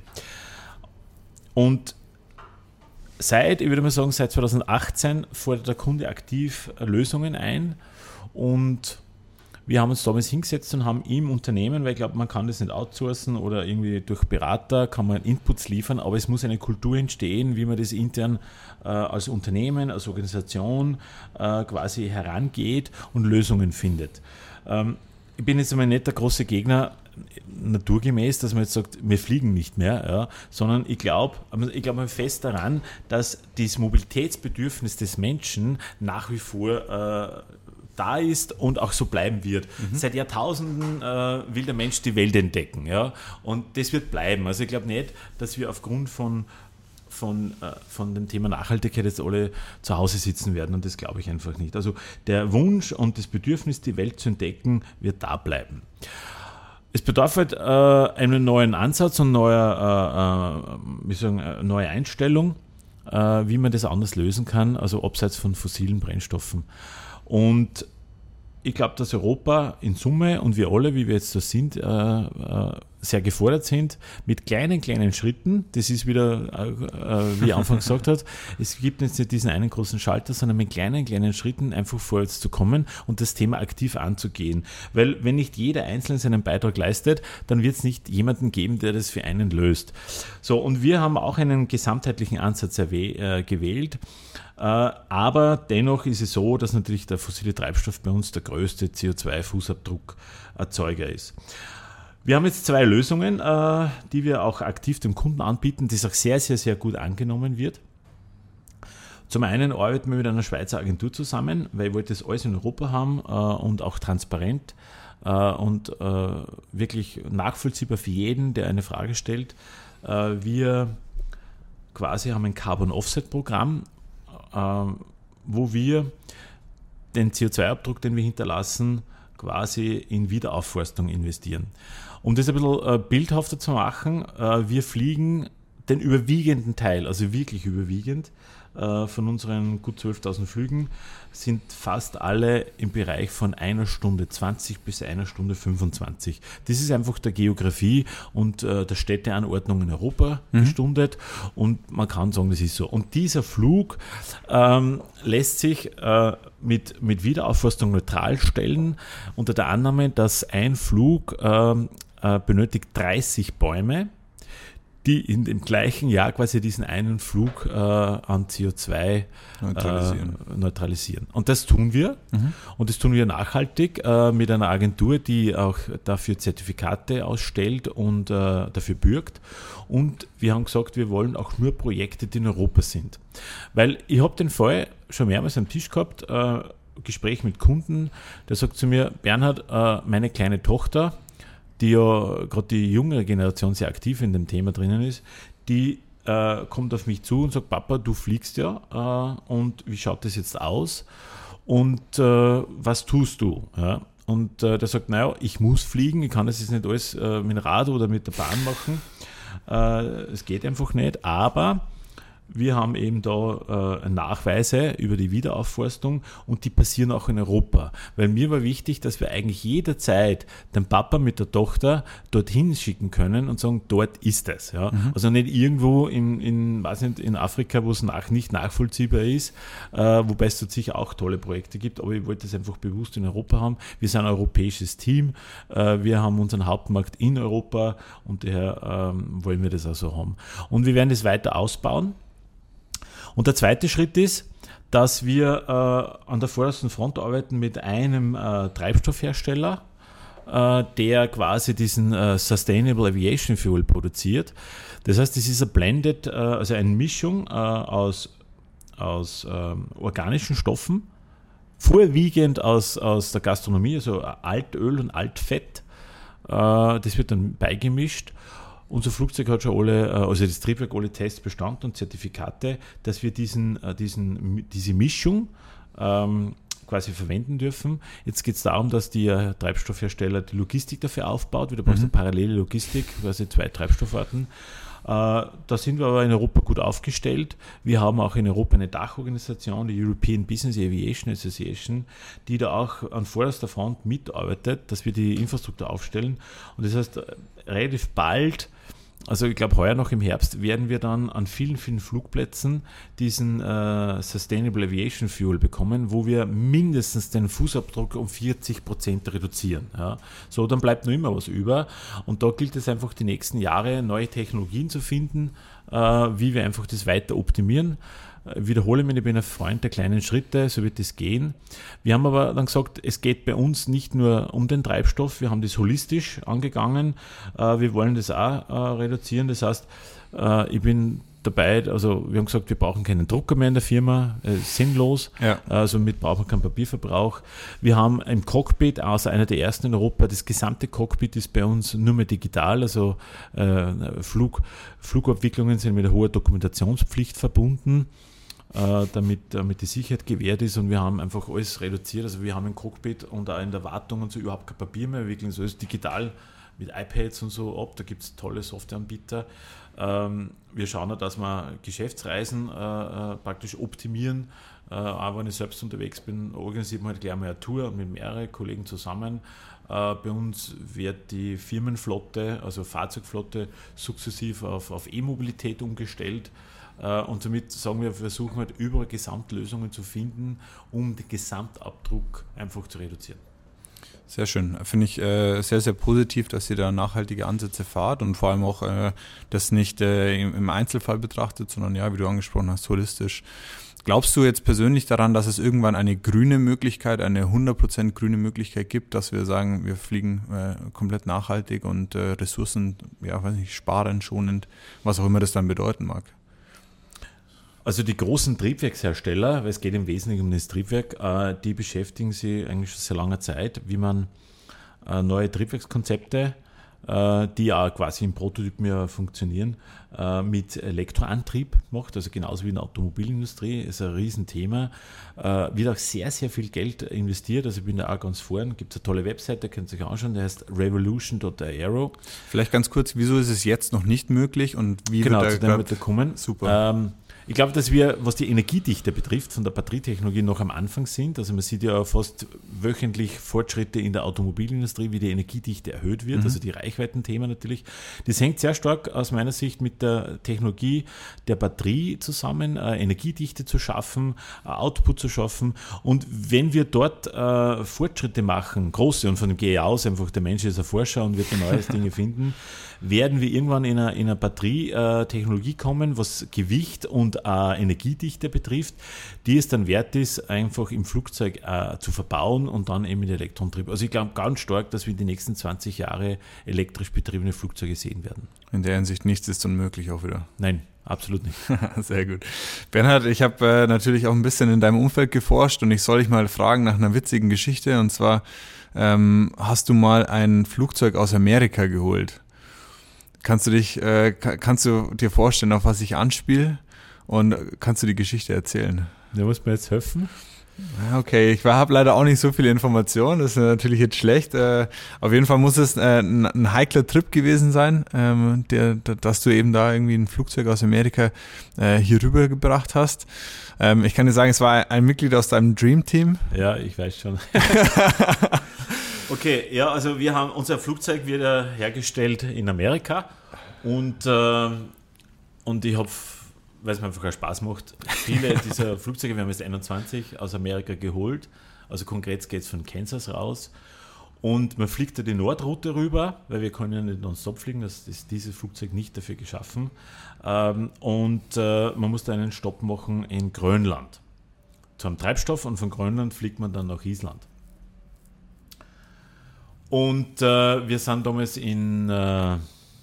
Und seit, ich würde mal sagen, seit zweitausendachtzehn fordert der Kunde aktiv Lösungen ein und wir haben uns damals hingesetzt und haben im Unternehmen, weil ich glaube, man kann das nicht outsourcen oder irgendwie durch Berater kann man Inputs liefern, aber es muss eine Kultur entstehen, wie man das intern äh, als Unternehmen, als Organisation äh, quasi herangeht und Lösungen findet. Ähm, ich bin jetzt einmal nicht der große Gegner, naturgemäß, dass man jetzt sagt, wir fliegen nicht mehr, ja, sondern ich glaube ich glaube fest daran, dass das Mobilitätsbedürfnis des Menschen nach wie vor äh, da ist und auch so bleiben wird. Mhm. Seit Jahrtausenden äh, will der Mensch die Welt entdecken, ja, und das wird bleiben. Also ich glaube nicht, dass wir aufgrund von Von, äh, von dem Thema Nachhaltigkeit jetzt alle zu Hause sitzen werden und das glaube ich einfach nicht. Also der Wunsch und das Bedürfnis, die Welt zu entdecken, wird da bleiben. Es bedarf halt äh, einen neuen Ansatz und neuer, äh, äh, wie sagen, eine neue Einstellung, äh, wie man das anders lösen kann, also abseits von fossilen Brennstoffen. Und ich glaube, dass Europa in Summe und wir alle, wie wir jetzt da sind, äh, äh, sehr gefordert sind mit kleinen, kleinen Schritten. Das ist wieder, äh, wie ich anfangs gesagt habe, es gibt jetzt nicht diesen einen großen Schalter, sondern mit kleinen, kleinen Schritten einfach vorwärts zu kommen und das Thema aktiv anzugehen. Weil wenn nicht jeder Einzelne seinen Beitrag leistet, dann wird es nicht jemanden geben, der das für einen löst. So, und wir haben auch einen gesamtheitlichen Ansatz erwäh- äh, gewählt. Äh, aber dennoch ist es so, dass natürlich der fossile Treibstoff bei uns der größte C O zwei Fußabdruckerzeuger ist. Wir haben jetzt zwei Lösungen, äh, die wir auch aktiv dem Kunden anbieten, das auch sehr, sehr, sehr gut angenommen wird. Zum einen arbeiten wir mit einer Schweizer Agentur zusammen, weil ich wollte das alles in Europa haben äh, und auch transparent äh, und äh, wirklich nachvollziehbar für jeden, der eine Frage stellt. Äh, wir quasi haben ein Carbon Offset Programm, äh, wo wir den C O zwei Abdruck, den wir hinterlassen, quasi in Wiederaufforstung investieren. Um das ein bisschen äh, bildhafter zu machen, äh, wir fliegen den überwiegenden Teil, also wirklich überwiegend, äh, von unseren gut zwölftausend Flügen, sind fast alle im Bereich von einer Stunde zwanzig bis einer Stunde fünfundzwanzig. Das ist einfach der Geografie und äh, der Städteanordnung in Europa mhm. gestundet und man kann sagen, das ist so. Und dieser Flug ähm, lässt sich äh, mit, mit Wiederaufforstung neutral stellen, unter der Annahme, dass ein Flug ähm, äh, benötigt dreißig Bäume, die in dem gleichen Jahr quasi diesen einen Flug äh, an C O zwei neutralisieren. Äh, neutralisieren. Und das tun wir. Mhm. Und das tun wir nachhaltig äh, mit einer Agentur, die auch dafür Zertifikate ausstellt und äh, dafür bürgt. Und wir haben gesagt, wir wollen auch nur Projekte, die in Europa sind. Weil ich habe den Fall schon mehrmals am Tisch gehabt, äh, Gespräch mit Kunden, der sagt zu mir, Bernhard, äh, meine kleine Tochter, die ja gerade die jüngere Generation sehr aktiv in dem Thema drinnen ist, die äh, kommt auf mich zu und sagt, Papa, du fliegst ja äh, und wie schaut das jetzt aus und äh, was tust du? Ja? Und äh, der sagt, naja, ich muss fliegen, ich kann das jetzt nicht alles äh, mit dem Rad oder mit der Bahn machen Äh, es geht einfach nicht, aber wir haben eben da äh, Nachweise über die Wiederaufforstung und die passieren auch in Europa. Weil mir war wichtig, dass wir eigentlich jederzeit den Papa mit der Tochter dorthin schicken können und sagen, dort ist es. Ja? Mhm. Also nicht irgendwo in, in, weiß nicht, in Afrika, wo es nach, nicht nachvollziehbar ist, äh, wobei es dort sicher auch tolle Projekte gibt, aber ich wollte es einfach bewusst in Europa haben. Wir sind ein europäisches Team, äh, wir haben unseren Hauptmarkt in Europa und daher ähm, wollen wir das auch so haben. Und wir werden das weiter ausbauen. Und der zweite Schritt ist, dass wir äh, an der vordersten Front arbeiten mit einem äh, Treibstoffhersteller, äh, der quasi diesen äh, Sustainable Aviation Fuel produziert. Das heißt, das ist ein Blended, äh, also eine Mischung äh, aus, aus äh, organischen Stoffen, vorwiegend aus, aus der Gastronomie, also Altöl und Altfett. Äh, das wird dann beigemischt. Unser Flugzeug hat schon alle, also das Triebwerk, alle Tests bestanden und Zertifikate, dass wir diesen, diesen, diese Mischung ähm, quasi verwenden dürfen. Jetzt geht es darum, dass der Treibstoffhersteller die Logistik dafür aufbaut. Wieder brauchst du mhm. eine parallele Logistik, quasi zwei Treibstoffarten. Äh, da sind wir aber in Europa gut aufgestellt. Wir haben auch in Europa eine Dachorganisation, die European Business Aviation Association, die da auch an vorderster Front mitarbeitet, dass wir die Infrastruktur aufstellen. Und das heißt, relativ bald, also ich glaube heuer noch im Herbst, werden wir dann an vielen, vielen Flugplätzen diesen äh, Sustainable Aviation Fuel bekommen, wo wir mindestens den Fußabdruck um vierzig Prozent reduzieren. Ja. So, dann bleibt noch immer was über. Und da gilt es einfach, die nächsten Jahre neue Technologien zu finden, äh, wie wir einfach das weiter optimieren. Ich wiederhole mich, ich bin ein Freund der kleinen Schritte, so wird es gehen. Wir haben aber dann gesagt, es geht bei uns nicht nur um den Treibstoff, wir haben das holistisch angegangen, wir wollen das auch reduzieren, das heißt, ich bin dabei, also wir haben gesagt, wir brauchen keinen Drucker mehr in der Firma, äh, sinnlos, ja. Also mit brauchen wir keinen Papierverbrauch. Wir haben im Cockpit, also einer der ersten in Europa, das gesamte Cockpit ist bei uns nur mehr digital, also äh, Flug, Flugabwicklungen sind mit einer hohen Dokumentationspflicht verbunden, äh, damit, damit die Sicherheit gewährt ist und wir haben einfach alles reduziert, also wir haben im Cockpit und auch in der Wartung und so überhaupt kein Papier mehr, wir wickeln so alles digital mit iPads und so ab, da gibt es tolle Softwareanbieter. Ähm, wir schauen auch, dass wir Geschäftsreisen äh, äh, praktisch optimieren. Äh, auch wenn ich selbst unterwegs bin, organisiert man halt gleich mal eine Tour mit mehreren Kollegen zusammen. Äh, bei uns wird die Firmenflotte, also Fahrzeugflotte, sukzessiv auf, auf E-Mobilität umgestellt. Äh, und somit sagen wir, wir versuchen halt überall Gesamtlösungen zu finden, um den Gesamtabdruck einfach zu reduzieren. Sehr schön. Finde ich äh, sehr, sehr positiv, dass ihr da nachhaltige Ansätze fahrt und vor allem auch äh, das nicht äh, im, im Einzelfall betrachtet, sondern ja, wie du angesprochen hast, holistisch. Glaubst du jetzt persönlich daran, dass es irgendwann eine grüne Möglichkeit, eine hundert Prozent grüne Möglichkeit gibt, dass wir sagen, wir fliegen äh, komplett nachhaltig und äh, Ressourcen, ja, weiß nicht, sparend, schonend, was auch immer das dann bedeuten mag? Also die großen Triebwerkshersteller, weil es geht im Wesentlichen um das Triebwerk, äh, die beschäftigen sich eigentlich schon seit langer Zeit, wie man äh, neue Triebwerkskonzepte, äh, die ja quasi im Prototypen ja funktionieren, äh, mit Elektroantrieb macht, also genauso wie in der Automobilindustrie, ist ein Riesenthema. Äh, wird auch sehr, sehr viel Geld investiert, also ich bin da auch ganz vorne, gibt es eine tolle Webseite, könnt ihr euch anschauen, der heißt revolution dot aero. Vielleicht ganz kurz, wieso ist es jetzt noch nicht möglich und wie genau, wird zu dem wird er kommen. Super. Ähm, Ich glaube, dass wir, was die Energiedichte betrifft, von der Batterietechnologie noch am Anfang sind. Also man sieht ja fast wöchentlich Fortschritte in der Automobilindustrie, wie die Energiedichte erhöht wird, mhm. also die Reichweitenthemen natürlich. Das hängt sehr stark aus meiner Sicht mit der Technologie der Batterie zusammen, äh, Energiedichte zu schaffen, äh, Output zu schaffen. Und wenn wir dort äh, Fortschritte machen, große, und von dem gehe ich aus, einfach der Mensch ist ein Forscher und wird neue Dinge finden, werden wir irgendwann in eine, in eine Batterietechnologie kommen, was Gewicht und äh, Energiedichte betrifft, die es dann wert ist, einfach im Flugzeug äh, zu verbauen und dann eben mit Elektronentrieb. Also ich glaube ganz stark, dass wir in den nächsten zwanzig Jahren elektrisch betriebene Flugzeuge sehen werden. In der Hinsicht nichts ist unmöglich auch wieder. Nein, absolut nicht. Sehr gut. Bernhard, ich habe äh, natürlich auch ein bisschen in deinem Umfeld geforscht und ich soll dich mal fragen nach einer witzigen Geschichte, und zwar ähm, hast du mal ein Flugzeug aus Amerika geholt. Kannst du dich, äh, kannst du dir vorstellen, auf was ich anspiele, und kannst du die Geschichte erzählen? Da muss mir jetzt helfen. Okay, ich habe leider auch nicht so viele Informationen, das ist natürlich jetzt schlecht. Äh, auf jeden Fall muss es äh, ein, ein heikler Trip gewesen sein, ähm, der, dass du eben da irgendwie ein Flugzeug aus Amerika äh, hier rübergebracht hast. Ähm, ich kann dir sagen, es war ein Mitglied aus deinem Dream Team. Ja, ich weiß schon. Okay, ja, also wir haben unser Flugzeug wieder hergestellt in Amerika und, äh, und ich habe, weil es mir einfach Spaß macht, viele dieser Flugzeuge, wir haben jetzt einundzwanzig aus Amerika geholt, also konkret geht es von Kansas raus und man fliegt da die Nordroute rüber, weil wir können ja nicht nonstop fliegen, das ist dieses Flugzeug nicht dafür geschaffen ähm, und äh, man muss da einen Stopp machen in Grönland zum Treibstoff und von Grönland fliegt man dann nach Island. Und äh, wir sind damals in äh,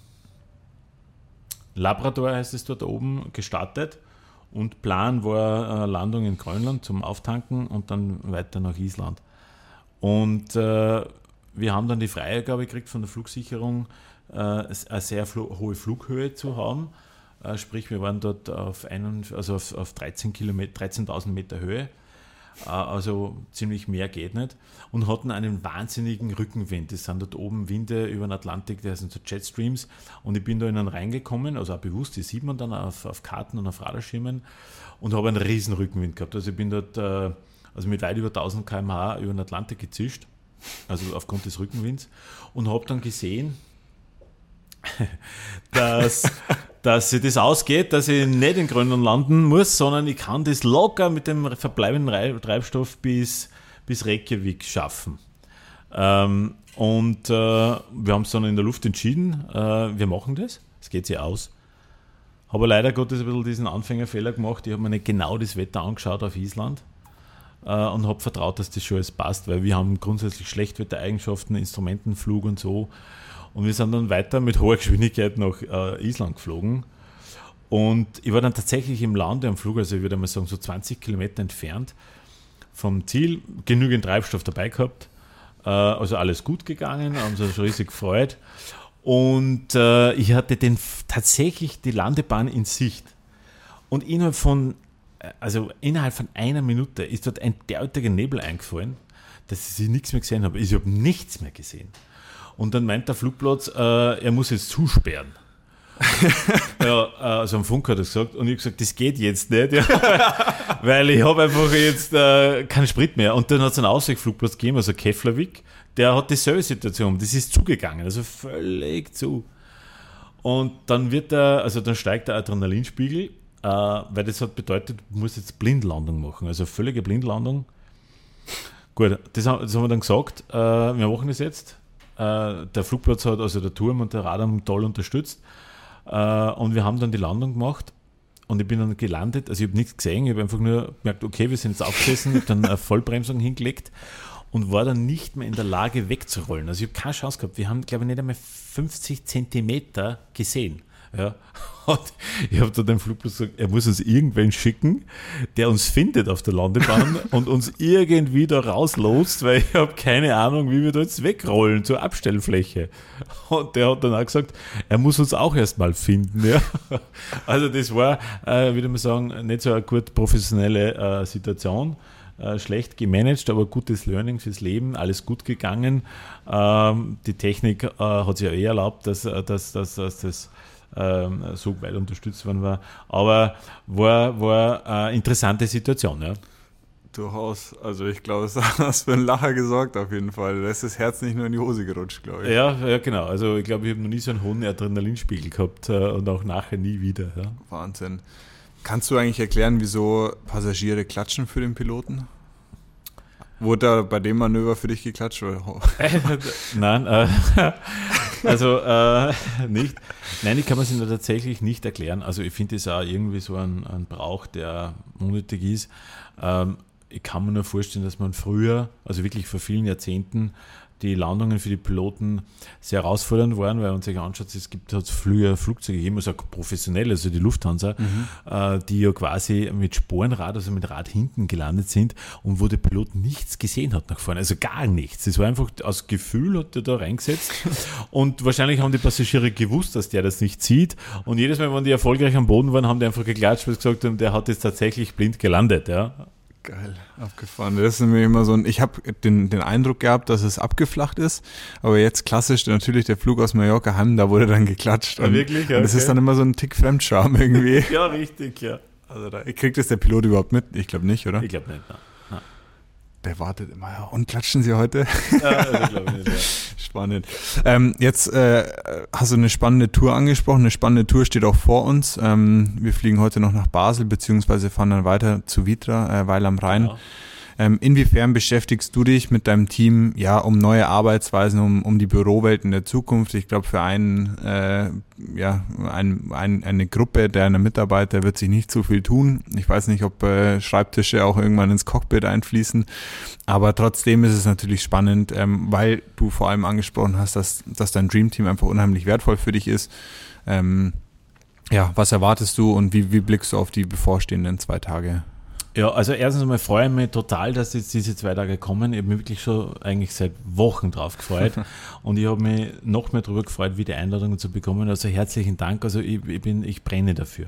Labrador, heißt es dort oben, gestartet und Plan war äh, Landung in Grönland zum Auftanken und dann weiter nach Island. Und äh, wir haben dann die Freigabe gekriegt von der Flugsicherung, äh, eine sehr fl- hohe Flughöhe zu haben. Äh, sprich, wir waren dort auf, einen, also auf, auf dreizehn Kilometer, dreizehntausend Meter Höhe. Also ziemlich mehr geht nicht und hatten einen wahnsinnigen Rückenwind. Das sind dort oben Winde über den Atlantik, das sind so Jetstreams und ich bin da in einen reingekommen, also auch bewusst, die sieht man dann auf, auf Karten und auf Radarschirmen und habe einen riesen Rückenwind gehabt. Also ich bin dort also mit weit über tausend Kilometer pro Stunde über den Atlantik gezischt, also aufgrund des Rückenwinds und habe dann gesehen, dass, dass sich das ausgeht, dass ich nicht in Grönland landen muss, sondern ich kann das locker mit dem verbleibenden Treibstoff bis, bis Reykjavik schaffen. Ähm, und äh, wir haben es dann in der Luft entschieden, äh, wir machen das, es geht sich aus. Habe leider Gottes ein bisschen diesen Anfängerfehler gemacht, ich habe mir nicht genau das Wetter angeschaut auf Island äh, und habe vertraut, dass das schon alles passt, weil wir haben grundsätzlich Schlechtwettereigenschaften, Instrumentenflug und so. Und wir sind dann weiter mit hoher Geschwindigkeit nach äh, Island geflogen. Und ich war dann tatsächlich im Lande am Flug, also ich würde mal sagen so zwanzig Kilometer entfernt vom Ziel, genügend Treibstoff dabei gehabt. Äh, also alles gut gegangen, haben sich schon riesig gefreut. Und äh, ich hatte den, tatsächlich die Landebahn in Sicht. Und innerhalb von, also innerhalb von einer Minute ist dort ein derartiger Nebel eingefallen, dass ich nichts mehr gesehen habe. Ich habe nichts mehr gesehen. Und dann meint der Flugplatz, äh, er muss jetzt zusperren. Ja, also am Funk hat er gesagt. Und ich habe gesagt, das geht jetzt nicht, ja, weil ich habe einfach jetzt äh, keinen Sprit mehr. Und dann hat es einen Ausweichflugplatz gegeben, also Keflavik, der hat dieselbe Situation. Das ist zugegangen, also völlig zu. Und dann wird der, also dann steigt der Adrenalinspiegel, äh, weil das hat bedeutet, du musst jetzt Blindlandung machen, also völlige Blindlandung. Gut, das haben, das haben wir dann gesagt, äh, wir machen das jetzt. Der Flugplatz hat, also der Turm und der Radar toll unterstützt und wir haben dann die Landung gemacht und ich bin dann gelandet, also ich habe nichts gesehen, ich habe einfach nur gemerkt, okay, wir sind jetzt aufgesessen, habe dann eine Vollbremsung hingelegt und war dann nicht mehr in der Lage wegzurollen, also ich habe keine Chance gehabt, wir haben glaube ich nicht einmal fünfzig Zentimeter gesehen. Ja. Und ich habe da dem Flugplatz gesagt, er muss uns irgendwen schicken, der uns findet auf der Landebahn und uns irgendwie da rauslost, weil ich habe keine Ahnung, wie wir da jetzt wegrollen zur Abstellfläche. Und der hat dann auch gesagt, er muss uns auch erstmal finden. Ja. Also das war, äh, würde man sagen, nicht so eine gut professionelle äh, Situation. Äh, schlecht gemanagt, aber gutes Learning fürs Leben, alles gut gegangen. Ähm, die Technik äh, hat sich ja eh erlaubt, dass, dass, dass, dass das so weit unterstützt worden war. Aber war, war eine interessante Situation, ja. Durchaus. Also ich glaube, es hat für einen Lacher gesorgt auf jeden Fall. Da ist das Herz nicht nur in die Hose gerutscht, glaube ich. Ja, ja, genau. Also ich glaube, ich habe noch nie so einen hohen Adrenalinspiegel gehabt und auch nachher nie wieder. Ja. Wahnsinn. Kannst du eigentlich erklären, wieso Passagiere klatschen für den Piloten? Wurde da bei dem Manöver für dich geklatscht? Nein, äh, also äh, nicht. Nein, ich kann mir es Ihnen tatsächlich nicht erklären. Also ich finde es auch irgendwie so ein, ein Brauch, der unnötig ist. Ähm, ich kann mir nur vorstellen, dass man früher, also wirklich vor vielen Jahrzehnten, die Landungen für die Piloten sehr herausfordernd waren, weil man sich anschaut, es gibt halt früher Flugzeuge gegeben, also professionell, also die Lufthansa, mhm. äh, die ja quasi mit Sporenrad, also mit Rad hinten gelandet sind und wo der Pilot nichts gesehen hat nach vorne, also gar nichts. Das war einfach aus Gefühl, hat er da reingesetzt und wahrscheinlich haben die Passagiere gewusst, dass der das nicht sieht und jedes Mal, wenn die erfolgreich am Boden waren, haben die einfach geklatscht, weil sie gesagt haben, der hat jetzt tatsächlich blind gelandet, ja. Geil, abgefahren. Das ist nämlich immer so ein, ich habe den, den Eindruck gehabt, dass es abgeflacht ist, aber jetzt klassisch natürlich der Flug aus Mallorca heim, da wurde dann geklatscht. Ja, und, wirklich? Ja, und das okay. ist dann immer so ein Tick Fremdscham irgendwie. Ja, richtig, ja. Also da, kriegt das der Pilot überhaupt mit? Ich glaube nicht, oder? Ich glaube nicht, nein. nein. Der wartet immer, ja, und klatschen Sie heute? Ja, also glaube ich nicht, ja. Spannend. Ähm, jetzt äh, hast du eine spannende Tour angesprochen. Eine spannende Tour steht auch vor uns. Ähm, wir fliegen heute noch nach Basel, beziehungsweise fahren dann weiter zu Vitra, äh, Weil am Rhein. Ja. Ähm, inwiefern beschäftigst du dich mit deinem Team ja um neue Arbeitsweisen, um, um die Bürowelt in der Zukunft? Ich glaube, für einen, äh, ja, ein, ein, eine Gruppe deiner Mitarbeiter wird sich nicht so viel tun. Ich weiß nicht, ob äh, Schreibtische auch irgendwann ins Cockpit einfließen, aber trotzdem ist es natürlich spannend, ähm, weil du vor allem angesprochen hast, dass, dass dein Dreamteam einfach unheimlich wertvoll für dich ist. Ähm, ja, was erwartest du und wie, wie blickst du auf die bevorstehenden zwei Tage? Ja, also erstens einmal freue ich mich total, dass jetzt diese zwei Tage kommen. Ich habe mich wirklich schon eigentlich seit Wochen drauf gefreut und ich habe mich noch mehr darüber gefreut, wieder Einladungen zu bekommen. Also herzlichen Dank, also ich, ich, bin, ich brenne dafür.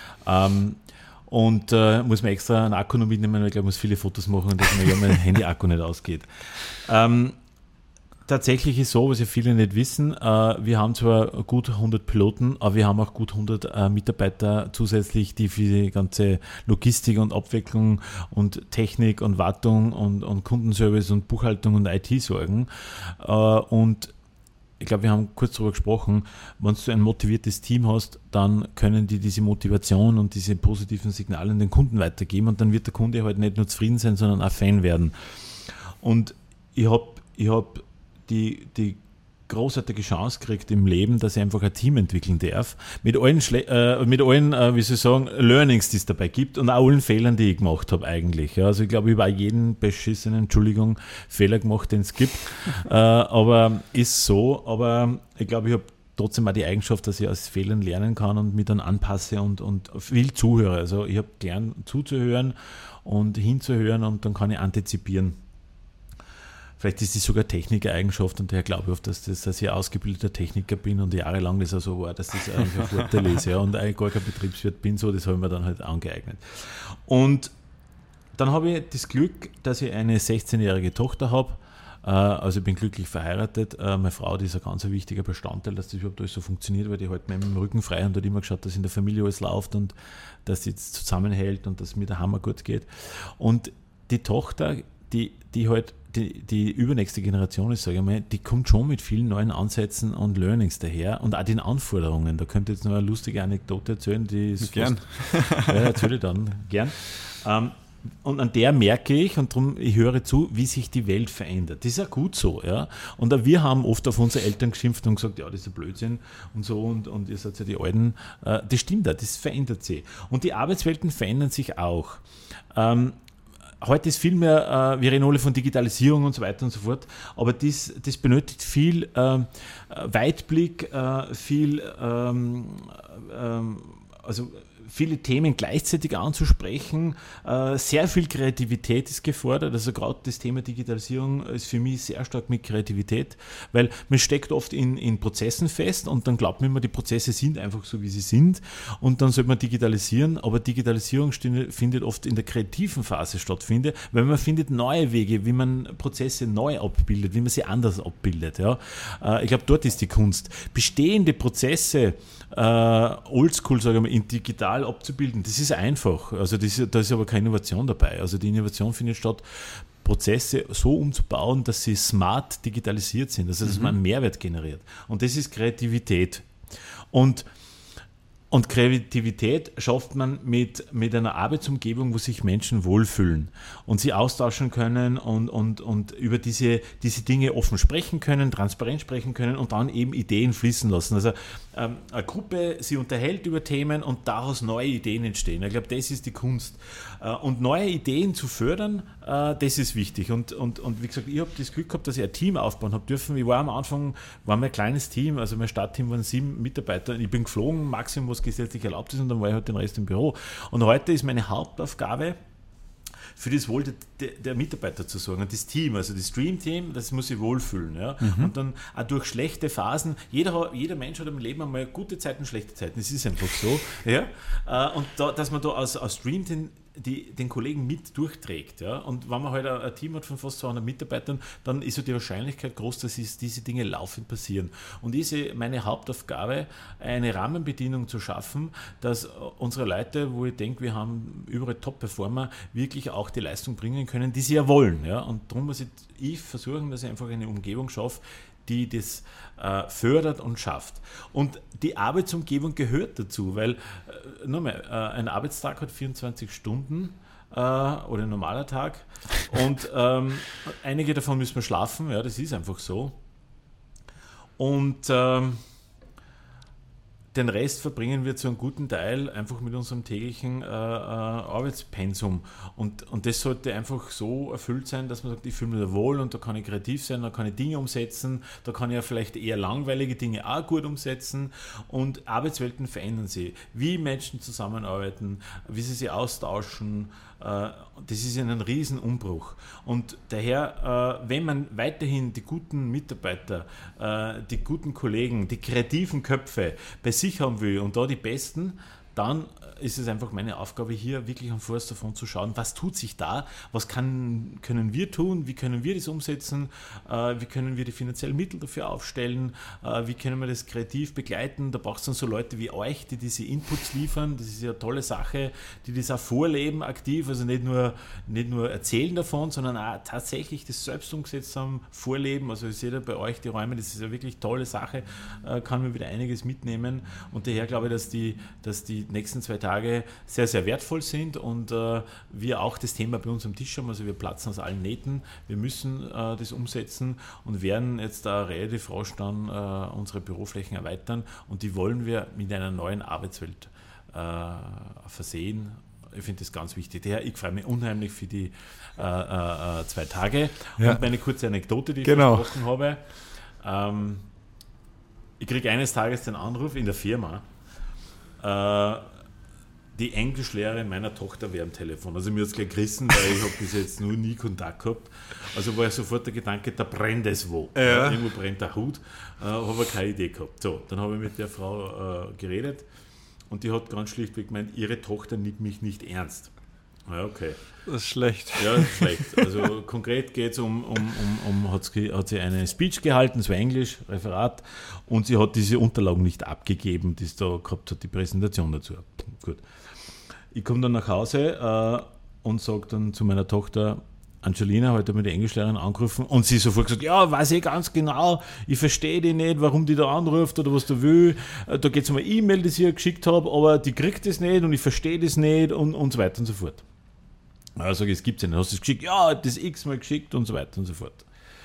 Ähm, und äh, muss mir extra einen Akku noch mitnehmen, weil ich glaube, ich muss viele Fotos machen und dass mir ja mein Handy-Akku nicht ausgeht. Ähm, Tatsächlich ist so, was ja viele nicht wissen, äh, wir haben zwar gut hundert Piloten, aber wir haben auch gut hundert äh, Mitarbeiter zusätzlich, die für die ganze Logistik und Abwicklung und Technik und Wartung und, und Kundenservice und Buchhaltung und I T sorgen. Äh, und ich glaube, wir haben kurz darüber gesprochen, wenn du ein motiviertes Team hast, dann können die diese Motivation und diese positiven Signale an den Kunden weitergeben und dann wird der Kunde halt nicht nur zufrieden sein, sondern auch Fan werden. Und ich habe ich hab die, die großartige Chance kriegt im Leben, dass ich einfach ein Team entwickeln darf, mit allen, Schle- äh, mit allen äh, wie soll ich sagen, Learnings, die es dabei gibt und auch allen Fehlern, die ich gemacht habe eigentlich. Ja, also ich glaube, ich habe auch jeden beschissenen, Entschuldigung, Fehler gemacht, den es gibt, äh, aber ist so, aber ich glaube, ich habe trotzdem auch die Eigenschaft, dass ich aus Fehlern lernen kann und mich dann anpasse und, und viel zuhöre. Also ich habe gelernt zuzuhören und hinzuhören und dann kann ich antizipieren. Vielleicht ist das sogar Technikereigenschaft und daher glaube ich oft, dass, das, dass ich ein ausgebildeter Techniker bin und jahrelang das auch so war, dass das eigentlich ein Vorteil ist. Ja, und eigentlich gar kein Betriebswirt bin, so, das habe ich mir dann halt angeeignet. Und dann habe ich das Glück, dass ich eine sechzehnjährige Tochter habe. Also ich bin glücklich verheiratet. Meine Frau, die ist ein ganz wichtiger Bestandteil, dass das überhaupt alles so funktioniert, weil die halt mir im Rücken frei und hat immer geschaut, dass in der Familie alles läuft und dass sie jetzt zusammenhält und dass mir der Hammer gut geht. Und die Tochter, die, die halt Die, die übernächste Generation ist, sage ich mal, die kommt schon mit vielen neuen Ansätzen und Learnings daher und auch den Anforderungen. Da könnte ich jetzt noch eine lustige Anekdote erzählen, die ist gern. Fast, ja, erzähle ich dann gern. Ähm, und an der merke ich, und darum, ich höre zu, wie sich die Welt verändert. Das ist ja gut so. Ja? Und auch wir haben oft auf unsere Eltern geschimpft und gesagt, ja, das ist ein Blödsinn und so und, und ihr seid ja die Alten. Äh, das stimmt auch, das verändert sich. Und die Arbeitswelten verändern sich auch. Ähm, Heute ist viel mehr, äh, wir reden alle von Digitalisierung und so weiter und so fort, aber das, das benötigt viel äh, Weitblick, äh, viel, ähm, ähm, also viele Themen gleichzeitig anzusprechen. Äh, sehr viel Kreativität ist gefordert. Also gerade das Thema Digitalisierung ist für mich sehr stark mit Kreativität, weil man steckt oft in, in Prozessen fest und dann glaubt man immer, die Prozesse sind einfach so, wie sie sind und dann sollte man digitalisieren, aber Digitalisierung findet oft in der kreativen Phase stattfindet, weil man findet neue Wege, wie man Prozesse neu abbildet, wie man sie anders abbildet. Ja. Äh, ich glaube, dort ist die Kunst. Bestehende Prozesse äh, oldschool, sage ich mal, in digital abzubilden, das ist einfach. Also das, da ist aber keine Innovation dabei. Also die Innovation findet statt, Prozesse so umzubauen, dass sie smart digitalisiert sind, also dass man einen Mehrwert generiert. Und das ist Kreativität. Und Und Kreativität schafft man mit, mit einer Arbeitsumgebung, wo sich Menschen wohlfühlen und sie austauschen können und, und, und über diese, diese Dinge offen sprechen können, transparent sprechen können und dann eben Ideen fließen lassen. Also ähm, eine Gruppe, sie unterhält über Themen und daraus neue Ideen entstehen. Ich glaube, das ist die Kunst. Äh, und neue Ideen zu fördern, äh, das ist wichtig. Und, und, und wie gesagt, ich habe das Glück gehabt, dass ich ein Team aufbauen habe dürfen. Ich war am Anfang, war mein kleines Team, also mein Startteam waren sieben Mitarbeiter und ich bin geflogen, Maximum, was gesetzlich erlaubt ist, und dann war ich halt den Rest im Büro. Und heute ist meine Hauptaufgabe, für das Wohl der, der Mitarbeiter zu sorgen. Und das Team, also das Stream-Team, das muss sich wohlfühlen. Ja? Mhm. Und dann auch durch schlechte Phasen, jeder, jeder Mensch hat im Leben einmal gute Zeiten, schlechte Zeiten, das ist einfach so. Ja? Und da, dass man da als, als Stream-Team die, den Kollegen mit durchträgt. Ja? Und wenn man halt ein, ein Team hat von fast zweihundert Mitarbeitern, dann ist so die Wahrscheinlichkeit groß, dass es, diese Dinge laufend passieren. Und ist meine Hauptaufgabe, eine Rahmenbedienung zu schaffen, dass unsere Leute, wo ich denke, wir haben überall Top-Performer, wirklich auch die Leistung bringen können, die sie ja wollen. Ja? Und darum muss ich, ich versuchen, dass ich einfach eine Umgebung schaffe, die das äh, fördert und schafft. Und die Arbeitsumgebung gehört dazu, weil, äh, nochmal, äh, ein Arbeitstag hat vierundzwanzig Stunden äh, oder ein normaler Tag und ähm, einige davon müssen wir schlafen, ja, das ist einfach so. Und ähm, den Rest verbringen wir zu einem guten Teil einfach mit unserem täglichen äh, äh, Arbeitspensum. Und, und das sollte einfach so erfüllt sein, dass man sagt, ich fühle mich da wohl und da kann ich kreativ sein, da kann ich Dinge umsetzen, da kann ich ja vielleicht eher langweilige Dinge auch gut umsetzen. Und Arbeitswelten verändern sich. Wie Menschen zusammenarbeiten, wie sie sich austauschen, äh, das ist ein Riesenumbruch. Und daher, äh, wenn man weiterhin die guten Mitarbeiter, äh, die guten Kollegen, die kreativen Köpfe bei sich haben will und da die Besten, dann ist es einfach meine Aufgabe, hier wirklich am Forst davon zu schauen, was tut sich da, was kann, können wir tun, wie können wir das umsetzen, äh, wie können wir die finanziellen Mittel dafür aufstellen, äh, wie können wir das kreativ begleiten. Da braucht es dann so Leute wie euch, die diese Inputs liefern. Das ist ja eine tolle Sache, die das auch vorleben aktiv, also nicht nur, nicht nur erzählen davon, sondern auch tatsächlich das selbst umgesetzt haben, vorleben. Also ich sehe da bei euch die Räume, das ist eine wirklich tolle Sache, äh, kann mir wieder einiges mitnehmen und daher glaube ich, dass die, dass die nächsten zwei Tage sehr, sehr wertvoll sind und äh, wir auch das Thema bei uns am Tisch haben, also wir platzen aus allen Nähten, wir müssen äh, das umsetzen und werden jetzt da relativ rasch dann äh, unsere Büroflächen erweitern und die wollen wir mit einer neuen Arbeitswelt äh, versehen. Ich finde das ganz wichtig. Daher, ich freue mich unheimlich für die äh, äh, zwei Tage. Ja. Und meine kurze Anekdote, die ich genau. versprochen habe. Ähm, ich kriege eines Tages den Anruf in der Firma, äh, die Englischlehrerin meiner Tochter wäre am Telefon. Also mir hat es gleich gerissen, weil ich habe bis jetzt nur nie Kontakt gehabt. Also war ja sofort der Gedanke, da brennt es wo. Ja. Irgendwo brennt der Hut, äh, habe aber keine Idee gehabt. So, dann habe ich mit der Frau äh, geredet und die hat ganz schlichtweg gemeint, ihre Tochter nimmt mich nicht ernst. Ja, okay. Das ist schlecht. Ja, das ist schlecht. Also konkret geht es um, um, um, um hat, sie, hat sie eine Speech gehalten, es war Englisch, Referat, und sie hat diese Unterlagen nicht abgegeben, die es da gehabt hat, die Präsentation dazu. Gut. Ich komme dann nach Hause äh, und sage dann zu meiner Tochter, Angelina, heute hat mir die Englischlehrerin angerufen und sie sofort gesagt, ja, weiß ich ganz genau, ich verstehe die nicht, warum die da anruft oder was du will. Da geht es um eine E-Mail, die ich ihr geschickt habe, aber die kriegt das nicht und ich verstehe das nicht und, und so weiter und so fort. Ja, sage ich, es gibt es ja nicht. Hast du es geschickt? Ja, das x-mal geschickt und so weiter und so fort.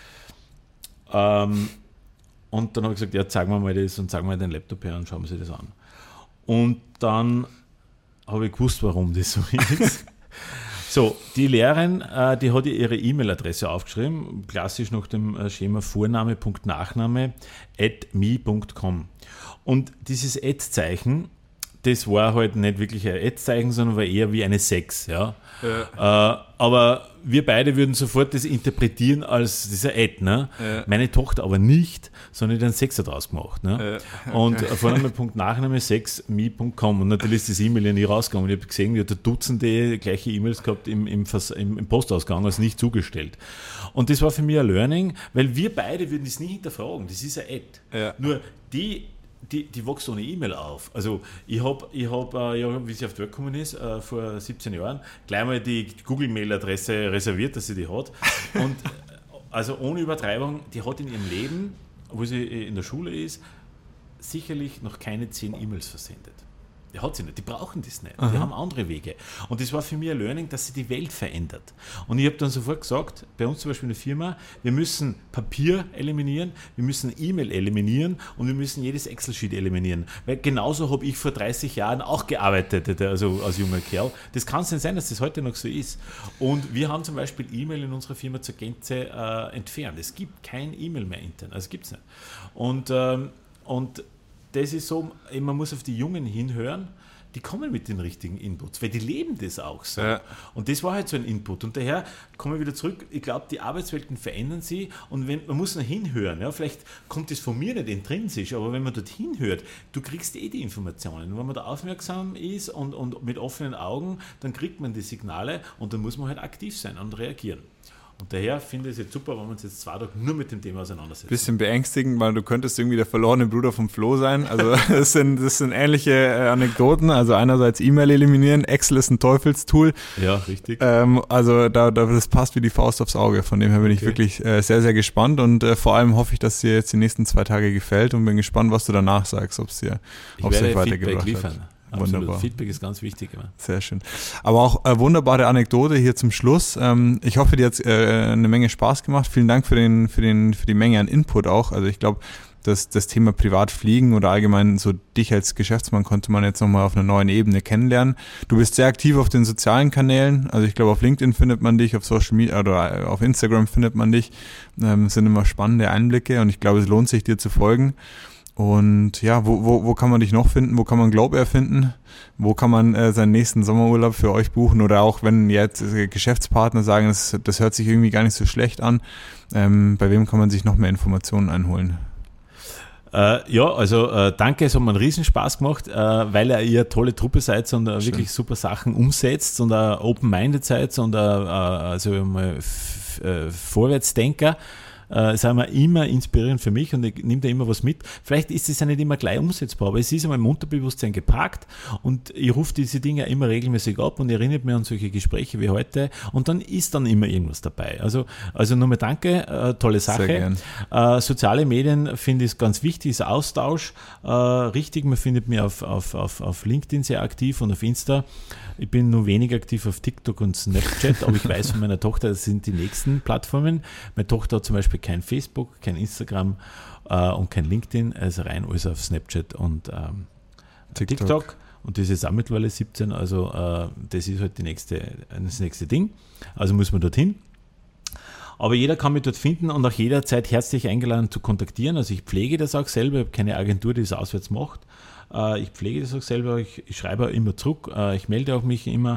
Ähm, und dann habe ich gesagt, ja, zeig mir mal das und zeig mir den Laptop her und schauen wir sich das an. Und dann habe ich gewusst, warum das so ist. So, die Lehrerin, äh, die hat ihre E-Mail-Adresse aufgeschrieben, klassisch nach dem Schema Vorname.Nachname at me punkt com. Und dieses Ad-Zeichen, das war halt nicht wirklich ein Ad-Zeichen, sondern war eher wie eine sechs. Ja? Ja. Äh, aber wir beide würden sofort das interpretieren als dieser Ad. Ne? Ja. Meine Tochter aber nicht, sondern die hat einen Sechser draus gemacht. Ne? Ja. Und Vorname.Nachname sechs me punkt com. Und natürlich ist das E-Mail ja nie rausgegangen. Ich habe gesehen, wir hatten Dutzende gleiche E-Mails gehabt im, im, im, im Postausgang, also nicht zugestellt. Und das war für mich ein Learning, weil wir beide würden das nie hinterfragen. Das ist ein Ad. Ja. Nur die Die, die wächst ohne E-Mail auf. Also ich habe, ich hab, äh, ja, wie sie auf die Welt gekommen ist, äh, vor siebzehn Jahren, gleich mal die Google-Mail-Adresse reserviert, dass sie die hat. Und also ohne Übertreibung, die hat in ihrem Leben, wo sie in der Schule ist, sicherlich noch keine zehn E-Mails versendet. Die hat sie nicht, die brauchen das nicht, Aha. die haben andere Wege. Und das war für mich ein Learning, dass sie die Welt verändert. Und ich habe dann sofort gesagt, bei uns zum Beispiel in der Firma, wir müssen Papier eliminieren, wir müssen E-Mail eliminieren und wir müssen jedes Excel-Sheet eliminieren. Weil genauso habe ich vor dreißig Jahren auch gearbeitet, also als junger Kerl. Das kann es nicht sein, dass das heute noch so ist. Und wir haben zum Beispiel E-Mail in unserer Firma zur Gänze äh, entfernt. Es gibt kein E-Mail mehr intern, also gibt es nicht. Und, ähm, und das ist so, man muss auf die Jungen hinhören, die kommen mit den richtigen Inputs, weil die leben das auch so. Ja. Und das war halt so ein Input. Und daher kommen wir wieder zurück, ich glaube, die Arbeitswelten verändern sich und wenn, man muss noch hinhören. Ja, vielleicht kommt das von mir nicht intrinsisch, aber wenn man dort hinhört, du kriegst eh die Informationen. Und wenn man da aufmerksam ist und, und mit offenen Augen, dann kriegt man die Signale und dann muss man halt aktiv sein und reagieren. Und daher finde ich es jetzt super, wenn wir uns jetzt zwei Tage nur mit dem Thema auseinandersetzen. Bisschen beängstigend, weil du könntest irgendwie der verlorene Bruder vom Flo sein. Also das sind, das sind ähnliche äh, Anekdoten. Also einerseits E-Mail eliminieren, Excel ist ein Teufelstool. Ja, richtig. Ähm, also da, da, das passt wie die Faust aufs Auge. Von dem her bin okay. ich wirklich äh, sehr, sehr gespannt und äh, vor allem hoffe ich, dass es dir jetzt die nächsten zwei Tage gefällt und bin gespannt, was du danach sagst, ob es dir weitergebracht liefern. hat. Absolut. Wunderbar. Feedback ist ganz wichtig. Immer. Sehr schön. Aber auch äh, wunderbare Anekdote hier zum Schluss. Ähm, ich hoffe, dir hat äh, eine Menge Spaß gemacht. Vielen Dank für den, für den, für die Menge an Input auch. Also ich glaube, dass das Thema Privatfliegen oder allgemein so dich als Geschäftsmann konnte man jetzt nochmal auf einer neuen Ebene kennenlernen. Du bist sehr aktiv auf den sozialen Kanälen. Also ich glaube, auf LinkedIn findet man dich, auf Social Media oder auf Instagram findet man dich. Ähm, das sind immer spannende Einblicke und ich glaube, es lohnt sich, dir zu folgen. Und ja, wo, wo, wo kann man dich noch finden? Wo kann man Globair finden? Wo kann man äh, seinen nächsten Sommerurlaub für euch buchen? Oder auch wenn jetzt äh, Geschäftspartner sagen, das, das hört sich irgendwie gar nicht so schlecht an, ähm, bei wem kann man sich noch mehr Informationen einholen? Äh, ja, also äh, danke, es hat mir einen Riesenspaß gemacht, äh, weil ihr eine tolle Truppe seid und äh, wirklich super Sachen umsetzt und äh, open-minded seid und äh, also mal f- äh, Vorwärtsdenker. Äh, ist einmal immer inspirierend für mich und ich nehme da immer was mit. Vielleicht ist es ja nicht immer gleich umsetzbar, aber es ist einmal im Unterbewusstsein geparkt und ich rufe diese Dinge immer regelmäßig ab und erinnert mich an solche Gespräche wie heute und dann ist dann immer irgendwas dabei. Also, also nochmal danke, äh, tolle Sache. Sehr gern. Äh, soziale Medien finde ich ganz wichtig, ist Austausch. Äh, richtig, man findet mich auf, auf, auf, auf LinkedIn sehr aktiv und auf Insta. Ich bin nur wenig aktiv auf TikTok und Snapchat, aber ich weiß von meiner Tochter, das sind die nächsten Plattformen. Meine Tochter hat zum Beispiel kein Facebook, kein Instagram äh, und kein LinkedIn, also rein alles auf Snapchat und ähm, TikTok. TikTok. Und das ist auch mittlerweile siebzehn, also äh, das ist halt die nächste, das nächste Ding. Also muss man dorthin. Aber jeder kann mich dort finden und auch jederzeit herzlich eingeladen zu kontaktieren. Also ich pflege das auch selber, ich habe keine Agentur, die das auswärts macht. Ich pflege das auch selber, ich, ich schreibe auch immer zurück, ich melde auch mich immer.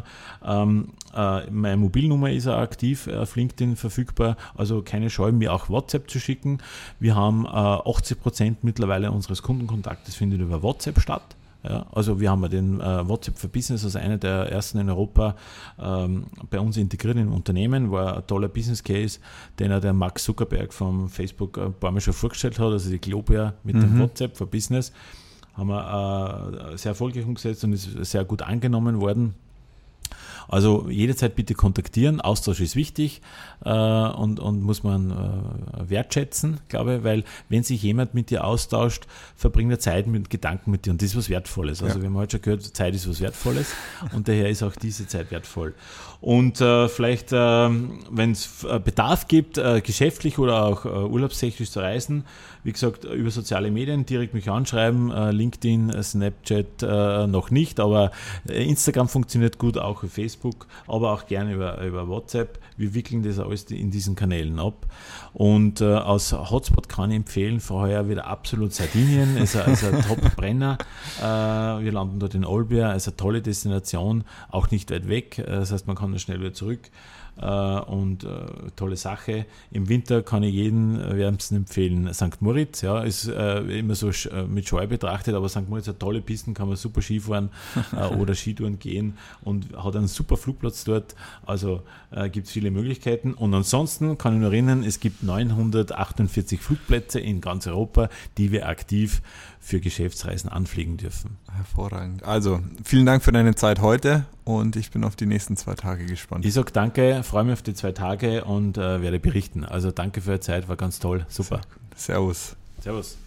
Meine Mobilnummer ist auch aktiv auf LinkedIn verfügbar, also keine Scheu, mir auch WhatsApp zu schicken. Wir haben achtzig Prozent mittlerweile unseres Kundenkontaktes findet über WhatsApp statt. Ja, also wir haben den äh, WhatsApp for Business als einer der ersten in Europa ähm, bei uns integriert in Unternehmen, war ein toller Business Case, den er der Mark Zuckerberg von Facebook ein paar Mal schon vorgestellt hat, also die Globair mit mhm. dem WhatsApp for Business, haben wir äh, sehr erfolgreich umgesetzt und ist sehr gut angenommen worden. Also jederzeit bitte kontaktieren, Austausch ist wichtig äh, und, und muss man äh, wertschätzen, glaube ich, weil wenn sich jemand mit dir austauscht, verbringt er Zeit mit Gedanken mit dir und das ist was Wertvolles. Also ja. Wir haben heute schon gehört, Zeit ist was Wertvolles und daher ist auch diese Zeit wertvoll. Und äh, vielleicht, äh, wenn es Bedarf gibt, äh, geschäftlich oder auch äh, urlaubstechnisch zu reisen, wie gesagt, über soziale Medien direkt mich anschreiben, äh, LinkedIn, Snapchat äh, noch nicht, aber Instagram funktioniert gut, auch auf Facebook, aber auch gerne über, über WhatsApp. Wir wickeln das alles in diesen Kanälen ab. Und äh, aus Hotspot kann ich empfehlen, vorher wieder absolut Sardinien, ist ein, ist ein Top-Brenner. Äh, wir landen dort in Olbia, ist eine tolle Destination, auch nicht weit weg, das heißt, man kann dann schnell wieder zurück. Uh, und uh, tolle Sache. Im Winter kann ich jedem wärmsten empfehlen, Sankt Moritz, ja, ist uh, immer so sch- mit Scheu betrachtet, aber Sankt Moritz hat tolle Pisten, kann man super Skifahren uh, oder Skitouren gehen und hat einen super Flugplatz dort, also uh, gibt es viele Möglichkeiten und ansonsten kann ich nur erinnern, es gibt neunhundertachtundvierzig Flugplätze in ganz Europa, die wir aktiv für Geschäftsreisen anfliegen dürfen. Hervorragend. Also, vielen Dank für deine Zeit heute und ich bin auf die nächsten zwei Tage gespannt. Ich sage danke, freue mich auf die zwei Tage und äh, werde berichten. Also danke für die Zeit, war ganz toll, super. Servus. Servus.